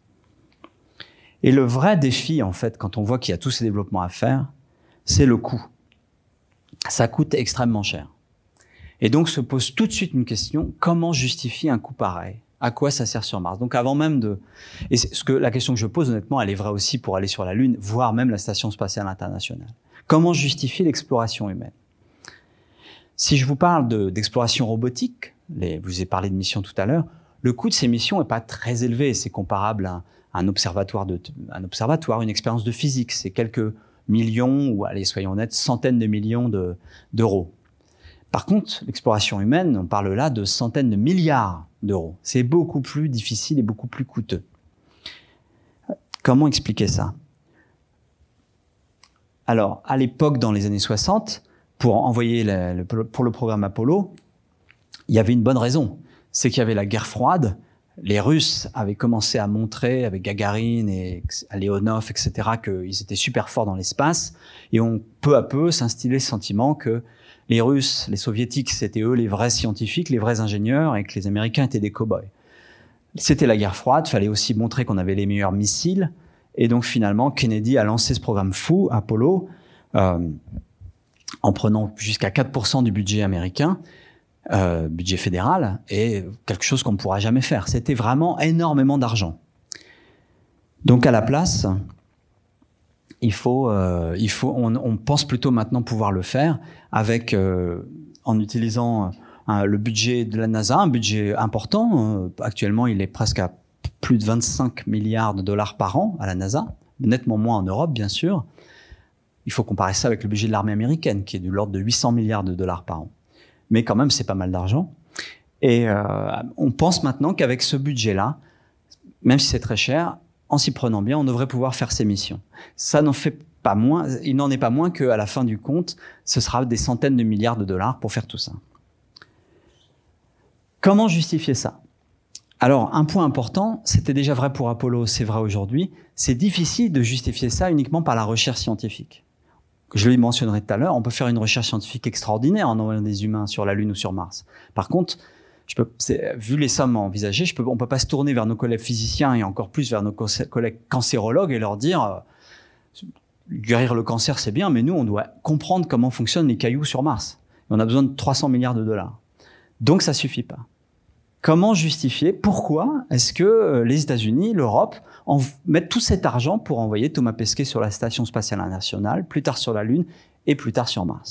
Et le vrai défi, en fait, quand on voit qu'il y a tous ces développements à faire, c'est le coût. Ça coûte extrêmement cher. Et donc, se pose tout de suite une question, comment justifier un coût pareil ? À quoi ça sert sur Mars ? Donc, avant même de... Et la question que je pose, honnêtement, elle est vraie aussi pour aller sur la Lune, voire même la Station spatiale internationale. Comment justifier l'exploration humaine ? Si je vous parle d'exploration robotique, je vous ai parlé de missions tout à l'heure, le coût de ces missions n'est pas très élevé. C'est comparable à un observatoire, une expérience de physique. C'est quelques millions, ou allez, soyons honnêtes, centaines de millions d'euros. Par contre, l'exploration humaine, on parle là de centaines de milliards d'euros. C'est beaucoup plus difficile et beaucoup plus coûteux. Comment expliquer ça ? Alors, à l'époque, dans les années 60, pour envoyer pour le programme Apollo, il y avait une bonne raison. C'est qu'il y avait la guerre froide. Les Russes avaient commencé à montrer, avec Gagarine et Leonov, etc., qu'ils étaient super forts dans l'espace. Et peu à peu, s'instillait le sentiment que les Russes, les Soviétiques, c'était eux les vrais scientifiques, les vrais ingénieurs, et que les Américains étaient des cow-boys. C'était la guerre froide, il fallait aussi montrer qu'on avait les meilleurs missiles. Et donc finalement, Kennedy a lancé ce programme fou, Apollo, en prenant jusqu'à 4% du budget américain, budget fédéral, et quelque chose qu'on ne pourra jamais faire. C'était vraiment énormément d'argent. Donc à la place, on pense plutôt maintenant pouvoir le faire en utilisant le budget de la NASA, un budget important. Actuellement, il est presque à plus de 25 milliards de dollars par an à la NASA, nettement moins en Europe, bien sûr. Il faut comparer ça avec le budget de l'armée américaine, qui est de l'ordre de 800 milliards de dollars par an. Mais quand même, c'est pas mal d'argent. Et on pense maintenant qu'avec ce budget-là, même si c'est très cher, en s'y prenant bien, on devrait pouvoir faire ces missions. Ça n'en fait pas moins, il n'en est pas moins qu'à la fin du compte, ce sera des centaines de milliards de dollars pour faire tout ça. Comment justifier ça ? Alors, un point important, c'était déjà vrai pour Apollo, c'est vrai aujourd'hui, c'est difficile de justifier ça uniquement par la recherche scientifique. Je le mentionnerai tout à l'heure, on peut faire une recherche scientifique extraordinaire en envoyant des humains sur la Lune ou sur Mars. Par contre, vu les sommes envisagées, on ne peut pas se tourner vers nos collègues physiciens et encore plus vers nos collègues cancérologues et leur dire guérir le cancer, c'est bien, mais nous, on doit comprendre comment fonctionnent les cailloux sur Mars. Et on a besoin de 300 milliards de dollars. Donc, ça suffit pas. Comment justifier ? Pourquoi est-ce que les États-Unis, l'Europe, mettent tout cet argent pour envoyer Thomas Pesquet sur la Station spatiale internationale, plus tard sur la Lune et plus tard sur Mars ?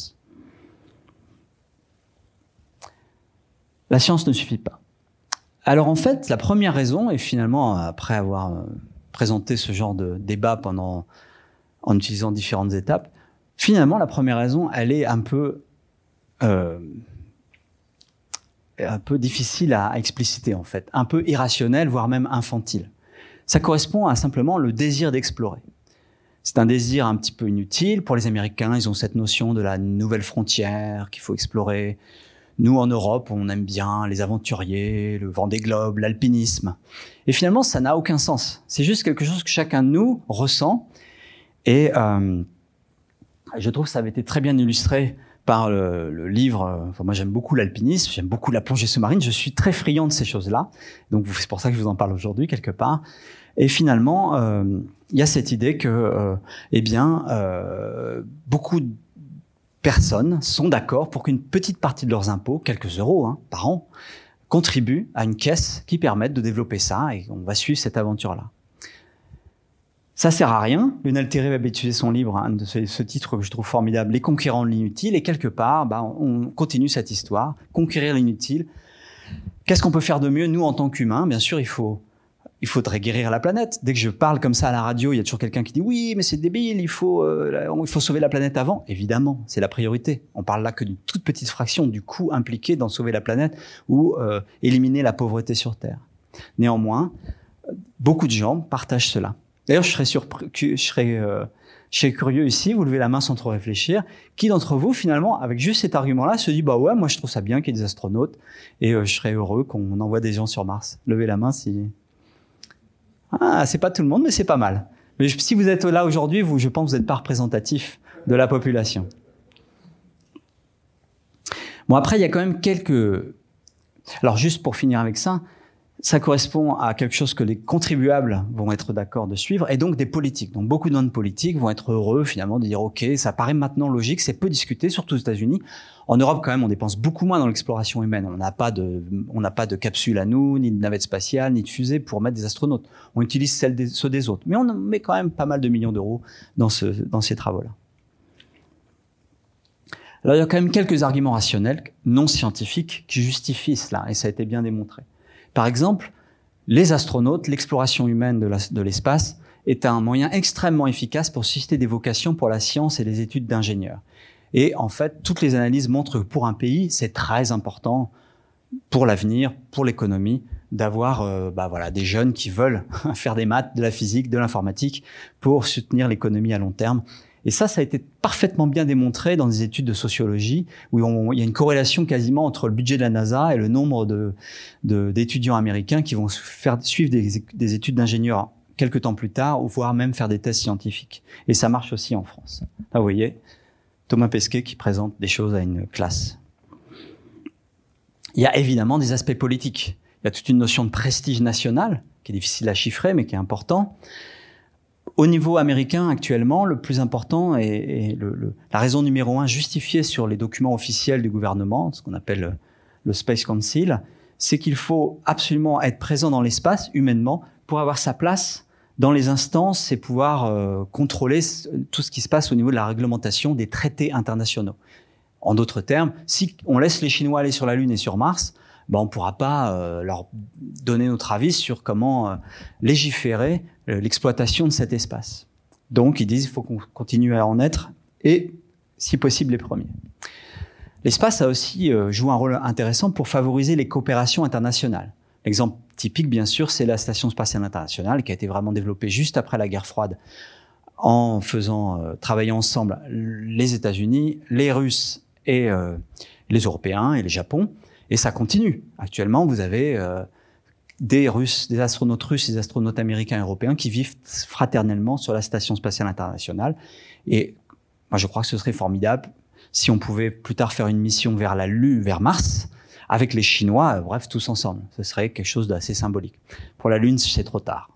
La science ne suffit pas. Alors en fait, la première raison, et finalement, après avoir présenté ce genre de débat en utilisant différentes étapes, finalement, la première raison, elle est un peu difficile à expliciter, en fait, un peu irrationnelle, voire même infantile. Ça correspond à simplement le désir d'explorer. C'est un désir un petit peu inutile. Pour les Américains, ils ont cette notion de la nouvelle frontière qu'il faut explorer. Nous, en Europe, on aime bien les aventuriers, le Vendée Globe, l'alpinisme. Et finalement, ça n'a aucun sens. C'est juste quelque chose que chacun de nous ressent. Et je trouve que ça avait été très bien illustré par le livre. Moi, j'aime beaucoup l'alpinisme, j'aime beaucoup la plongée sous-marine. Je suis très friand de ces choses-là. Donc, c'est pour ça que je vous en parle aujourd'hui, quelque part. Et finalement, il y a cette idée que, beaucoup de personnes sont d'accord pour qu'une petite partie de leurs impôts, quelques euros par an, contribuent à une caisse qui permette de développer ça, et on va suivre cette aventure-là. Ça sert à rien. Lionel Terry va utiliser son livre, de ce titre que je trouve formidable, Les conquérants de l'inutile. Et quelque part, on continue cette histoire, conquérir l'inutile. Qu'est-ce qu'on peut faire de mieux, nous, en tant qu'humains? Bien sûr, il faudrait guérir la planète. Dès que je parle comme ça à la radio, il y a toujours quelqu'un qui dit « Oui, mais c'est débile, il faut sauver la planète avant. » Évidemment, c'est la priorité. On parle là que d'une toute petite fraction du coût impliqué dans sauver la planète ou éliminer la pauvreté sur Terre. Néanmoins, beaucoup de gens partagent cela. D'ailleurs, je serais curieux ici, vous levez la main sans trop réfléchir, qui d'entre vous, finalement, avec juste cet argument-là, se dit « Bah ouais, moi je trouve ça bien qu'il y ait des astronautes et je serais heureux qu'on envoie des gens sur Mars. » Levez la main si... Ah, c'est pas tout le monde, mais c'est pas mal. Mais si vous êtes là aujourd'hui, je pense que vous n'êtes pas représentatif de la population. Bon, après, il y a quand même quelques... Alors, juste pour finir avec ça correspond à quelque chose que les contribuables vont être d'accord de suivre, et donc des politiques. Donc beaucoup d'hommes politiques vont être heureux finalement de dire « Ok, ça paraît maintenant logique, c'est peu discuté, surtout aux États-Unis. En Europe, quand même, on dépense beaucoup moins dans l'exploration humaine. On n'a pas de capsule à nous, ni de navette spatiale, ni de fusée pour mettre des astronautes. On utilise ceux des autres. Mais on met quand même pas mal de millions d'euros dans ces travaux-là. Alors, il y a quand même quelques arguments rationnels, non scientifiques, qui justifient cela, et ça a été bien démontré. Par exemple, les astronautes, l'exploration humaine de l'espace est un moyen extrêmement efficace pour susciter des vocations pour la science et les études d'ingénieurs. Et en fait, toutes les analyses montrent que pour un pays, c'est très important pour l'avenir, pour l'économie, d'avoir des jeunes qui veulent faire des maths, de la physique, de l'informatique pour soutenir l'économie à long terme. Et ça a été parfaitement bien démontré dans des études de sociologie où il y a une corrélation quasiment entre le budget de la NASA et le nombre d'étudiants américains qui vont suivre des études d'ingénieurs quelques temps plus tard, ou voire même faire des tests scientifiques. Et ça marche aussi en France. Là, vous voyez, Thomas Pesquet qui présente des choses à une classe. Il y a évidemment des aspects politiques. Il y a toute une notion de prestige national qui est difficile à chiffrer, mais qui est important. Au niveau américain, actuellement, le plus important et la raison numéro 1 justifiée sur les documents officiels du gouvernement, ce qu'on appelle le Space Council, c'est qu'il faut absolument être présent dans l'espace, humainement, pour avoir sa place dans les instances et pouvoir contrôler tout ce qui se passe au niveau de la réglementation des traités internationaux. En d'autres termes, si on laisse les Chinois aller sur la Lune et sur Mars, on ne pourra pas leur donner notre avis sur comment légiférer l'exploitation de cet espace. Donc, ils disent qu'il faut qu'on continue à en être et, si possible, les premiers. L'espace a aussi joué un rôle intéressant pour favoriser les coopérations internationales. L'exemple typique, bien sûr, c'est la Station spatiale internationale qui a été vraiment développée juste après la guerre froide en faisant travailler ensemble les États-Unis, les Russes et les Européens et le Japon. Et ça continue. Actuellement, vous avez des astronautes russes et des astronautes américains et européens qui vivent fraternellement sur la Station spatiale internationale. Et moi, je crois que ce serait formidable si on pouvait plus tard faire une mission vers la Lune, vers Mars, avec les Chinois, bref, tous ensemble. Ce serait quelque chose d'assez symbolique. Pour la Lune, c'est trop tard.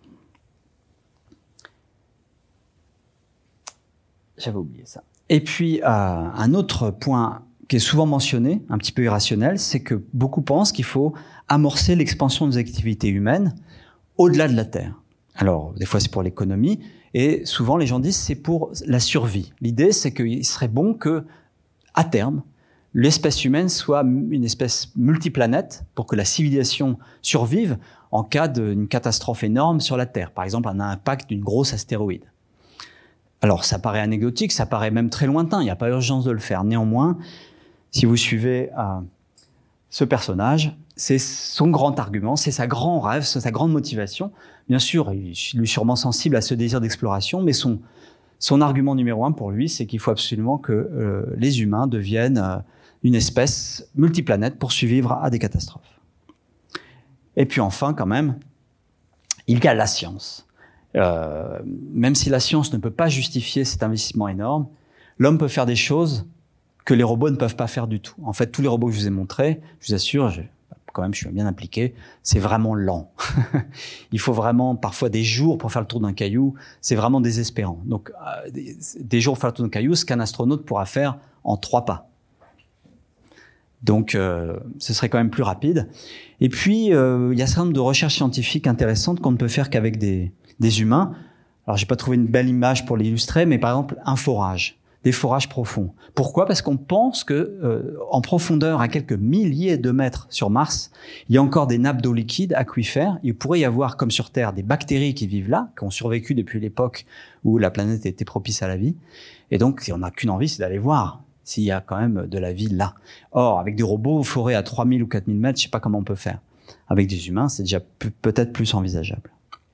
J'avais oublié ça. Et puis, un autre point qui est souvent mentionné, un petit peu irrationnel, c'est que beaucoup pensent qu'il faut amorcer l'expansion des activités humaines au-delà de la Terre. Alors, des fois, c'est pour l'économie, et souvent, les gens disent c'est pour la survie. L'idée, c'est qu'il serait bon que, à terme, l'espèce humaine soit une espèce multiplanète pour que la civilisation survive en cas d'une catastrophe énorme sur la Terre. Par exemple, un impact d'une grosse astéroïde. Alors, ça paraît anecdotique, ça paraît même très lointain, il n'y a pas urgence de le faire. Néanmoins, si vous suivez ce personnage, c'est son grand argument, c'est sa grand rêve, c'est sa grande motivation. Bien sûr, il est sûrement sensible à ce désir d'exploration, mais son argument numéro 1 pour lui, c'est qu'il faut absolument que les humains deviennent une espèce multiplanète pour survivre à des catastrophes. Et puis enfin, quand même, il y a la science. Même si la science ne peut pas justifier cet investissement énorme, l'homme peut faire des choses que les robots ne peuvent pas faire du tout. En fait, tous les robots que je vous ai montrés, je vous assure, je suis bien impliqué, c'est vraiment lent. Il faut vraiment parfois des jours pour faire le tour d'un caillou, c'est vraiment désespérant. Donc, des jours pour faire le tour d'un caillou, ce qu'un astronaute pourra faire en 3 pas. Donc, ce serait quand même plus rapide. Et puis, il y a un certain nombre de recherches scientifiques intéressantes qu'on ne peut faire qu'avec des humains. Alors, j'ai pas trouvé une belle image pour l'illustrer, mais par exemple, un forage. Des forages profonds. Pourquoi? Parce qu'on pense que en profondeur, à quelques milliers de mètres sur Mars, il y a encore des nappes d'eau liquide aquifères. Il pourrait y avoir, comme sur Terre, des bactéries qui vivent là, qui ont survécu depuis l'époque où la planète était propice à la vie. Et donc, on n'a qu'une envie, c'est d'aller voir s'il y a quand même de la vie là. Or, avec des robots forés à 3000 ou 4000 mètres, je sais pas comment on peut faire. Avec des humains, c'est déjà peut-être plus envisageable.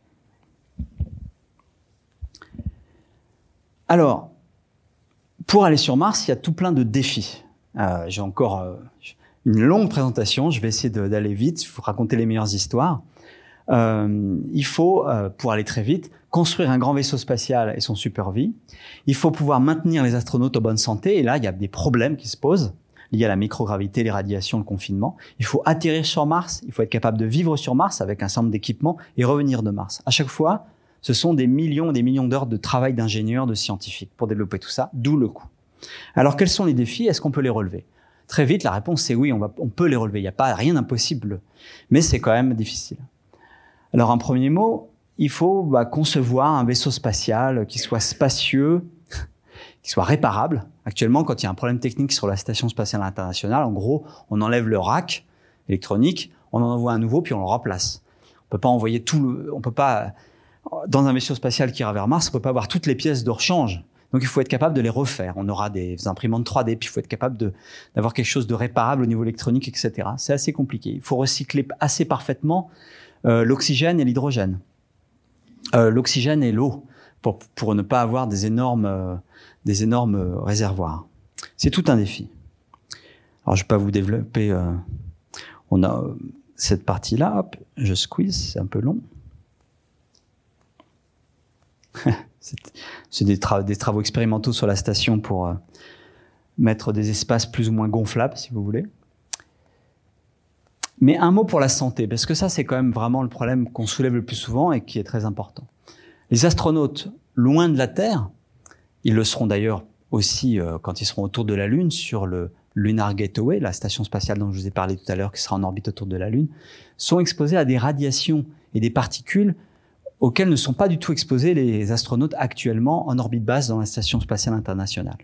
Alors, pour aller sur Mars, il y a tout plein de défis. J'ai encore une longue présentation, je vais essayer d'aller vite, vous raconter les meilleures histoires. Il faut, pour aller très vite, construire un grand vaisseau spatial et son super-vie. Il faut pouvoir maintenir les astronautes en bonne santé, et là, il y a des problèmes qui se posent, liés à la microgravité, les radiations, le confinement. Il faut atterrir sur Mars, il faut être capable de vivre sur Mars avec un certain nombre d'équipements et revenir de Mars. À chaque fois, ce sont des millions et des millions d'heures de travail d'ingénieurs, de scientifiques pour développer tout ça, d'où le coût. Alors, quels sont les défis? Est-ce qu'on peut les relever? Très vite, la réponse c'est oui, on peut les relever. Il n'y a pas rien d'impossible, mais c'est quand même difficile. Alors, un premier mot, il faut concevoir un vaisseau spatial qui soit spacieux, qui soit réparable. Actuellement, quand il y a un problème technique sur la Station spatiale internationale, en gros, on enlève le rack électronique, on en envoie un nouveau, puis on le remplace. On peut pas envoyer on peut pas, dans un vaisseau spatial qui ira vers Mars, on peut pas avoir toutes les pièces de rechange. Donc, il faut être capable de les refaire. On aura des imprimantes 3D, puis il faut être capable d'avoir quelque chose de réparable au niveau électronique, etc. C'est assez compliqué. Il faut recycler assez parfaitement l'oxygène et l'hydrogène. L'oxygène et l'eau, pour ne pas avoir des énormes réservoirs. C'est tout un défi. Alors, je vais pas vous développer. On a cette partie-là. Hop, je squeeze, c'est un peu long. C'est des travaux expérimentaux sur la station pour mettre des espaces plus ou moins gonflables, si vous voulez. Mais un mot pour la santé, parce que ça, c'est quand même vraiment le problème qu'on soulève le plus souvent et qui est très important. Les astronautes, loin de la Terre, ils le seront d'ailleurs aussi quand ils seront autour de la Lune, sur le Lunar Gateway, la station spatiale dont je vous ai parlé tout à l'heure, qui sera en orbite autour de la Lune, sont exposés à des radiations et des particules auxquelles ne sont pas du tout exposés les astronautes actuellement en orbite basse dans la Station spatiale internationale.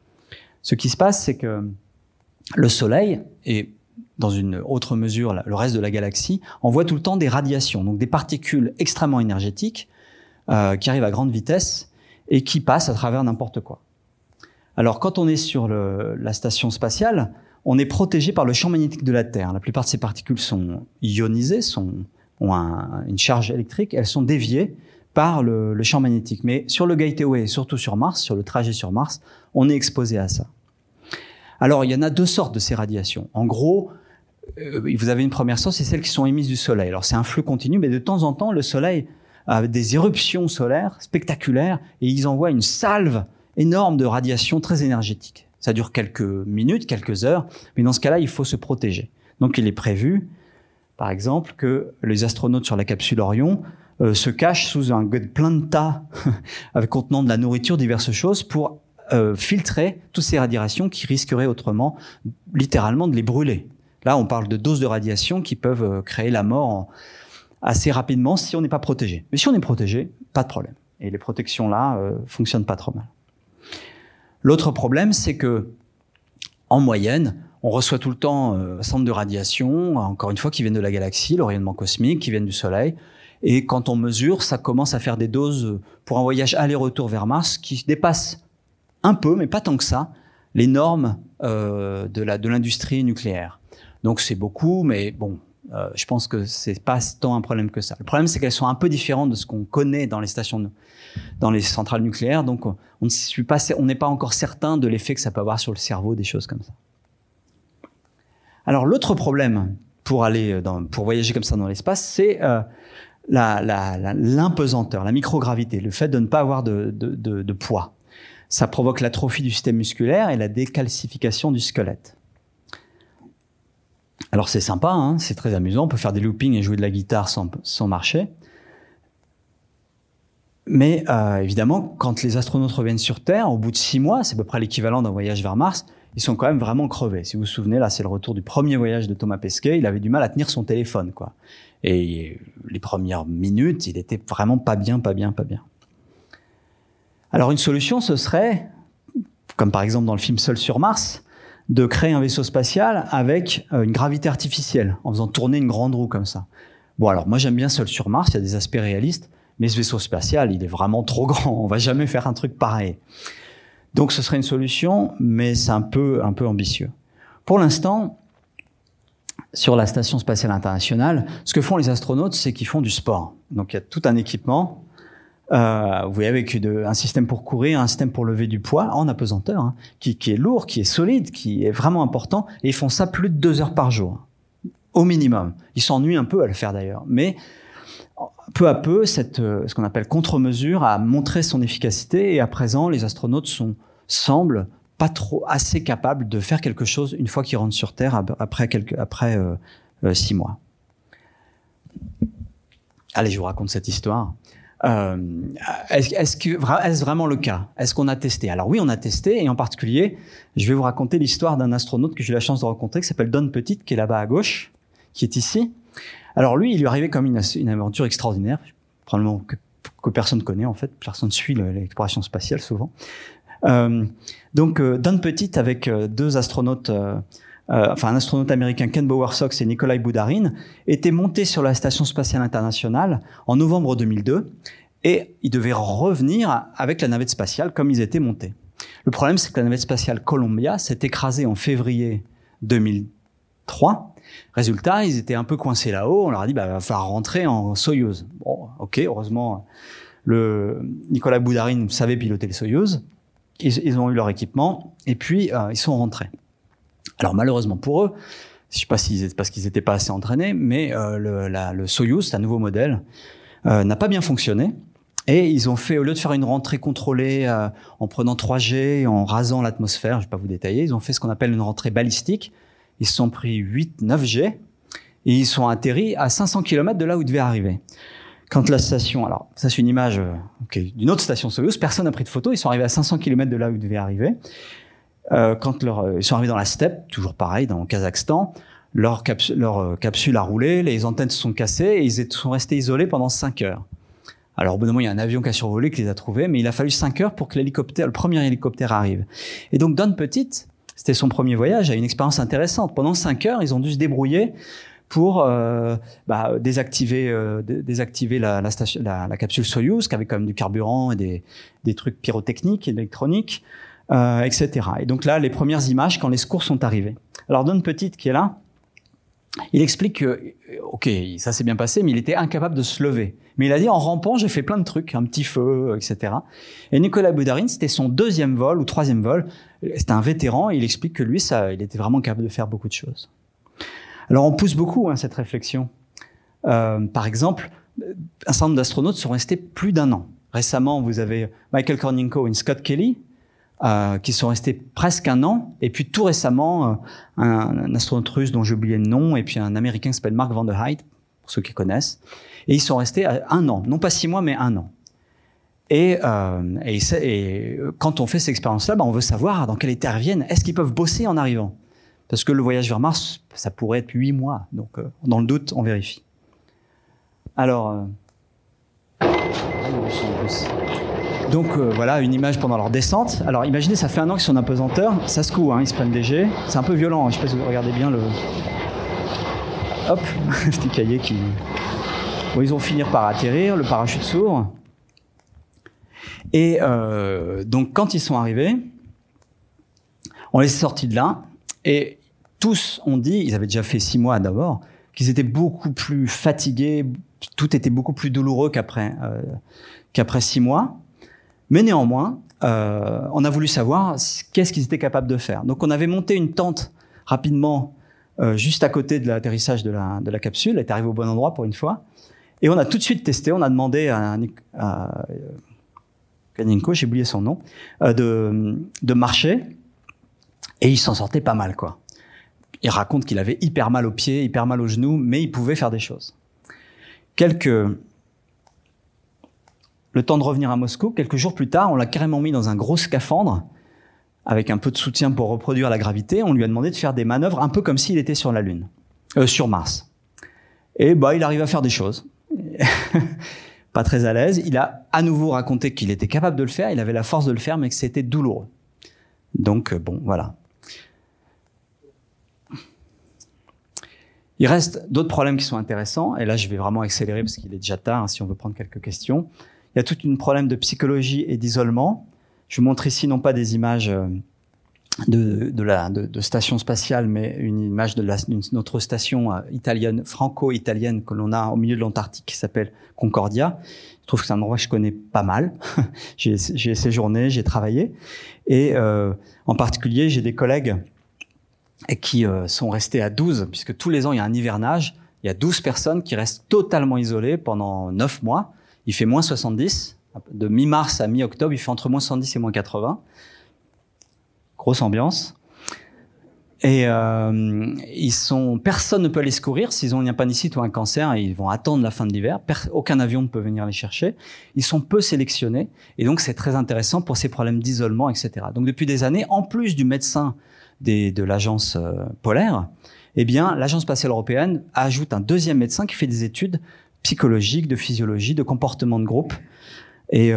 Ce qui se passe, c'est que le Soleil, et dans une autre mesure le reste de la galaxie, envoie tout le temps des radiations, donc des particules extrêmement énergétiques qui arrivent à grande vitesse et qui passent à travers n'importe quoi. Alors, quand on est sur la station spatiale, on est protégé par le champ magnétique de la Terre. La plupart de ces particules sont ionisées, ont une charge électrique, elles sont déviées par le champ magnétique. Mais sur le Gateway, et surtout sur Mars, sur le trajet sur Mars, on est exposé à ça. Alors, il y en a deux sortes de ces radiations. En gros, vous avez une première source, c'est celles qui sont émises du Soleil. Alors, c'est un flux continu, mais de temps en temps, le Soleil a des éruptions solaires spectaculaires et ils envoient une salve énorme de radiation très énergétique. Ça dure quelques minutes, quelques heures, mais dans ce cas-là, il faut se protéger. Donc, il est prévu, par exemple, que les astronautes sur la capsule Orion se cachent sous plein de tas avec contenant de la nourriture, diverses choses, pour filtrer toutes ces radiations qui risqueraient autrement, littéralement, de les brûler. Là, on parle de doses de radiation qui peuvent créer la mort assez rapidement si on n'est pas protégé. Mais si on est protégé, pas de problème. Et les protections là fonctionnent pas trop mal. L'autre problème, c'est que, en moyenne, on reçoit tout le temps un certain nombre de radiations, encore une fois, qui viennent de la galaxie, le rayonnement cosmique, qui viennent du Soleil. Et quand on mesure, ça commence à faire des doses pour un voyage aller-retour vers Mars qui dépassent un peu, mais pas tant que ça, les normes de l'industrie nucléaire. Donc c'est beaucoup, mais bon, je pense que c'est pas tant un problème que ça. Le problème, c'est qu'elles sont un peu différentes de ce qu'on connaît dans les stations, dans les centrales nucléaires. Donc on n'est pas encore certain de l'effet que ça peut avoir sur le cerveau, des choses comme ça. Alors l'autre problème pour voyager comme ça dans l'espace, c'est l'impesanteur, la microgravité, le fait de ne pas avoir de poids. Ça provoque l'atrophie du système musculaire et la décalcification du squelette. Alors c'est sympa, hein, c'est très amusant, on peut faire des loopings et jouer de la guitare sans marcher. Mais évidemment, quand les astronautes reviennent sur Terre, au bout de 6 mois, c'est à peu près l'équivalent d'un voyage vers Mars, ils sont quand même vraiment crevés. Si vous vous souvenez, là, c'est le retour du premier voyage de Thomas Pesquet, il avait du mal à tenir son téléphone, quoi. Et les premières minutes, il était vraiment pas bien. Alors une solution, ce serait, comme par exemple dans le film Seul sur Mars, de créer un vaisseau spatial avec une gravité artificielle, en faisant tourner une grande roue comme ça. Bon, alors moi j'aime bien Seul sur Mars, il y a des aspects réalistes, mais ce vaisseau spatial, il est vraiment trop grand, on va jamais faire un truc pareil. Donc ce serait une solution, mais c'est un peu ambitieux. Pour l'instant, sur la Station spatiale internationale, ce que font les astronautes, c'est qu'ils font du sport. Donc il y a tout un équipement, vous voyez, avec un système pour courir, un système pour lever du poids en apesanteur, hein, qui est lourd, qui est solide, qui est vraiment important, et ils font ça plus de 2 heures par jour, au minimum. Ils s'ennuient un peu à le faire d'ailleurs, mais peu à peu, ce qu'on appelle contre-mesure a montré son efficacité, et à présent, les astronautes semblent pas trop assez capables de faire quelque chose une fois qu'ils rentrent sur Terre après 6 mois. Allez, je vous raconte cette histoire. Est-ce vraiment le cas? Est-ce qu'on a testé? Alors oui, on a testé, et en particulier, je vais vous raconter l'histoire d'un astronaute que j'ai eu la chance de rencontrer, qui s'appelle Don Pettit, qui est là-bas à gauche, qui est ici. Alors lui, il lui arrivait comme une aventure extraordinaire, probablement que personne ne connaît en fait, personne ne suit l'exploration spatiale souvent. Donc Don Pettit avec 2 astronautes, un astronaute américain, Ken Bowersox, et Nikolai Boudarine, était monté sur la Station spatiale internationale en novembre 2002, et ils devaient revenir avec la navette spatiale comme ils étaient montés. Le problème, c'est que la navette spatiale Columbia s'est écrasée en février 2003. Résultat, ils étaient un peu coincés là-haut. On leur a dit, il va falloir rentrer en Soyouz. Bon, ok, heureusement, Nicolas Boudarine savait piloter le Soyouz. Ils ont eu leur équipement, et puis ils sont rentrés. Alors malheureusement pour eux, je ne sais pas si c'est parce qu'ils n'étaient pas assez entraînés, mais le Soyouz, c'est un nouveau modèle, n'a pas bien fonctionné. Et ils ont fait, au lieu de faire une rentrée contrôlée en prenant 3G, en rasant l'atmosphère, je ne vais pas vous détailler, ils ont fait ce qu'on appelle une rentrée balistique. Ils se sont pris 8-9G, et ils sont atterris à 500 km de là où ils devaient arriver. Quand la station, alors ça c'est une image d'une autre station Soyouz, personne n'a pris de photo, ils sont arrivés à 500 km de là où ils devaient arriver. Quand ils sont arrivés dans la steppe, toujours pareil, dans le Kazakhstan, leur capsule a roulé, les antennes se sont cassées, et ils sont restés isolés pendant 5 heures. Alors au bout d'un moment, il y a un avion qui a survolé, qui les a trouvés, mais il a fallu 5 heures pour que le premier hélicoptère arrive. Et donc Don Pettit, c'était son premier voyage, a une expérience intéressante. Pendant 5 heures, ils ont dû se débrouiller pour désactiver la capsule Soyouz, qui avait quand même du carburant et des trucs pyrotechniques et électroniques, etc. Et donc là, les premières images, quand les secours sont arrivés. Alors Don Pettit, qui est là, il explique que, ok, ça s'est bien passé, mais il était incapable de se lever. Mais il a dit, en rampant, j'ai fait plein de trucs, un petit feu, etc. Et Nicolas Boudarine, c'était son 2e vol ou 3e vol. C'était un vétéran, et il explique que lui, il était vraiment capable de faire beaucoup de choses. Alors, on pousse beaucoup cette réflexion. Par exemple, un certain nombre d'astronautes sont restés plus d'1 an. Récemment, vous avez Michael Kornienko et Scott Kelly, qui sont restés presque 1 an, et puis tout récemment, un astronaute russe dont j'ai oublié le nom, et puis un Américain qui s'appelle Mark Van der Heijden, pour ceux qui connaissent, et ils sont restés 1 an, non pas 6 mois, mais 1 an. Et quand on fait cette expérience-là, on veut savoir dans quel état ils reviennent. Est-ce qu'ils peuvent bosser en arrivant? Parce que le voyage vers Mars, ça pourrait être 8 mois, donc dans le doute, on vérifie. Alors, donc voilà une image pendant leur descente. Alors imaginez, ça fait 1 an qu'ils sont en apesanteur, ça se coud, ils se prennent des jets. C'est un peu violent, je ne sais pas si vous regardez bien le... Hop, petit cahier qui... Bon, ils vont finir par atterrir, le parachute s'ouvre. Et donc quand ils sont arrivés, on les est sortis de là, et tous ont dit, ils avaient déjà fait 6 mois d'abord, qu'ils étaient beaucoup plus fatigués, tout était beaucoup plus douloureux qu'après 6 mois. Mais néanmoins, on a voulu savoir qu'est-ce qu'ils étaient capables de faire. Donc on avait monté une tente rapidement juste à côté de l'atterrissage de la capsule. Elle est arrivée au bon endroit pour une fois. Et on a tout de suite testé. On a demandé à Kaninko, j'ai oublié son nom, de marcher. Et il s'en sortait pas mal, quoi. Il raconte qu'il avait hyper mal aux pieds, hyper mal aux genoux, mais il pouvait faire des choses. Le temps de revenir à Moscou, quelques jours plus tard, on l'a carrément mis dans un gros scaphandre avec un peu de soutien pour reproduire la gravité. On lui a demandé de faire des manœuvres un peu comme s'il était sur la Lune, sur Mars. Et il arrive à faire des choses. pas très à l'aise. Il a à nouveau raconté qu'il était capable de le faire, il avait la force de le faire, mais que c'était douloureux. Donc, bon, voilà. Il reste d'autres problèmes qui sont intéressants, et là, je vais vraiment accélérer parce qu'il est déjà tard, hein, si on veut prendre quelques questions. Il y a tout un problème de psychologie et d'isolement. Je vous montre ici non pas des images de station spatiale, mais une image d'une autre station italienne, franco-italienne que l'on a au milieu de l'Antarctique qui s'appelle Concordia. Je trouve que c'est un endroit que je connais pas mal. J'ai séjourné, j'ai travaillé. Et en particulier, j'ai des collègues qui sont restés à 12, puisque tous les ans, il y a un hivernage. Il y a 12 personnes qui restent totalement isolées pendant 9 mois. Il fait moins 70. De mi-mars à mi-octobre, il fait entre moins 70 et moins 80. Grosse ambiance. Et personne ne peut aller secourir s'ils ont une appendicite ou un cancer, et ils vont attendre la fin de l'hiver. Aucun avion ne peut venir les chercher. Ils sont peu sélectionnés, et donc c'est très intéressant pour ces problèmes d'isolement, etc. Donc depuis des années, en plus du médecin de l'agence polaire, eh bien l'agence spatiale européenne ajoute un deuxième médecin qui fait des études psychologiques, de physiologie, de comportement de groupe. Et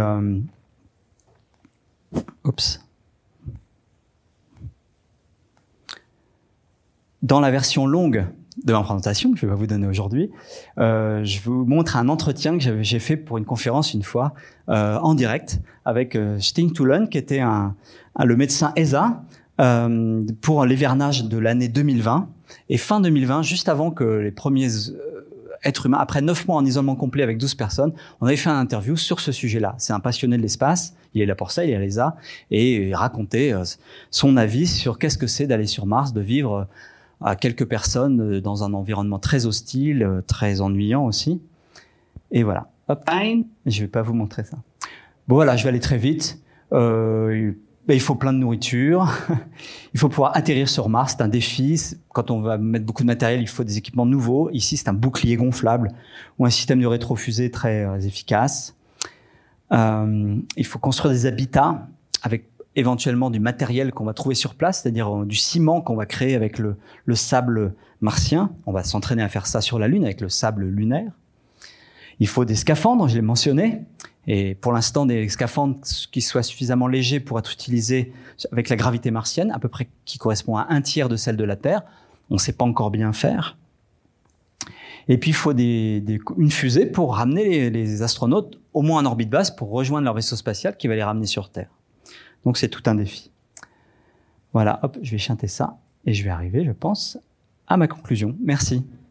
dans la version longue de ma présentation, que je vais vous donner aujourd'hui, je vous montre un entretien que j'ai fait pour une conférence une fois en direct avec Sting Tulun, qui était le médecin ESA pour l'hivernage de l'année 2020. Et fin 2020, juste avant que les premiers êtres humains, après 9 mois en isolement complet avec 12 personnes, on avait fait un interview sur ce sujet-là. C'est un passionné de l'espace, il est là pour ça, il est à l'ESA, et il racontait son avis sur qu'est-ce que c'est d'aller sur Mars, de vivre à quelques personnes dans un environnement très hostile, très ennuyant aussi. Et voilà. Hop. Je vais pas vous montrer ça. Bon voilà, je vais aller très vite. Il faut plein de nourriture. Il faut pouvoir atterrir sur Mars, c'est un défi. Quand on va mettre beaucoup de matériel, il faut des équipements nouveaux. Ici, c'est un bouclier gonflable ou un système de rétrofusée très efficace. Il faut construire des habitats avec éventuellement du matériel qu'on va trouver sur place, c'est-à-dire du ciment qu'on va créer avec le sable martien. On va s'entraîner à faire ça sur la Lune avec le sable lunaire. Il faut des scaphandres, je l'ai mentionné. Et pour l'instant, des scaphandres qui soient suffisamment légers pour être utilisés avec la gravité martienne, à peu près qui correspond à 1/3 de celle de la Terre. On ne sait pas encore bien faire. Et puis, il faut une fusée pour ramener les astronautes au moins en orbite basse pour rejoindre leur vaisseau spatial qui va les ramener sur Terre. Donc, c'est tout un défi. Voilà, hop, je vais chanter ça et je vais arriver, je pense, à ma conclusion. Merci.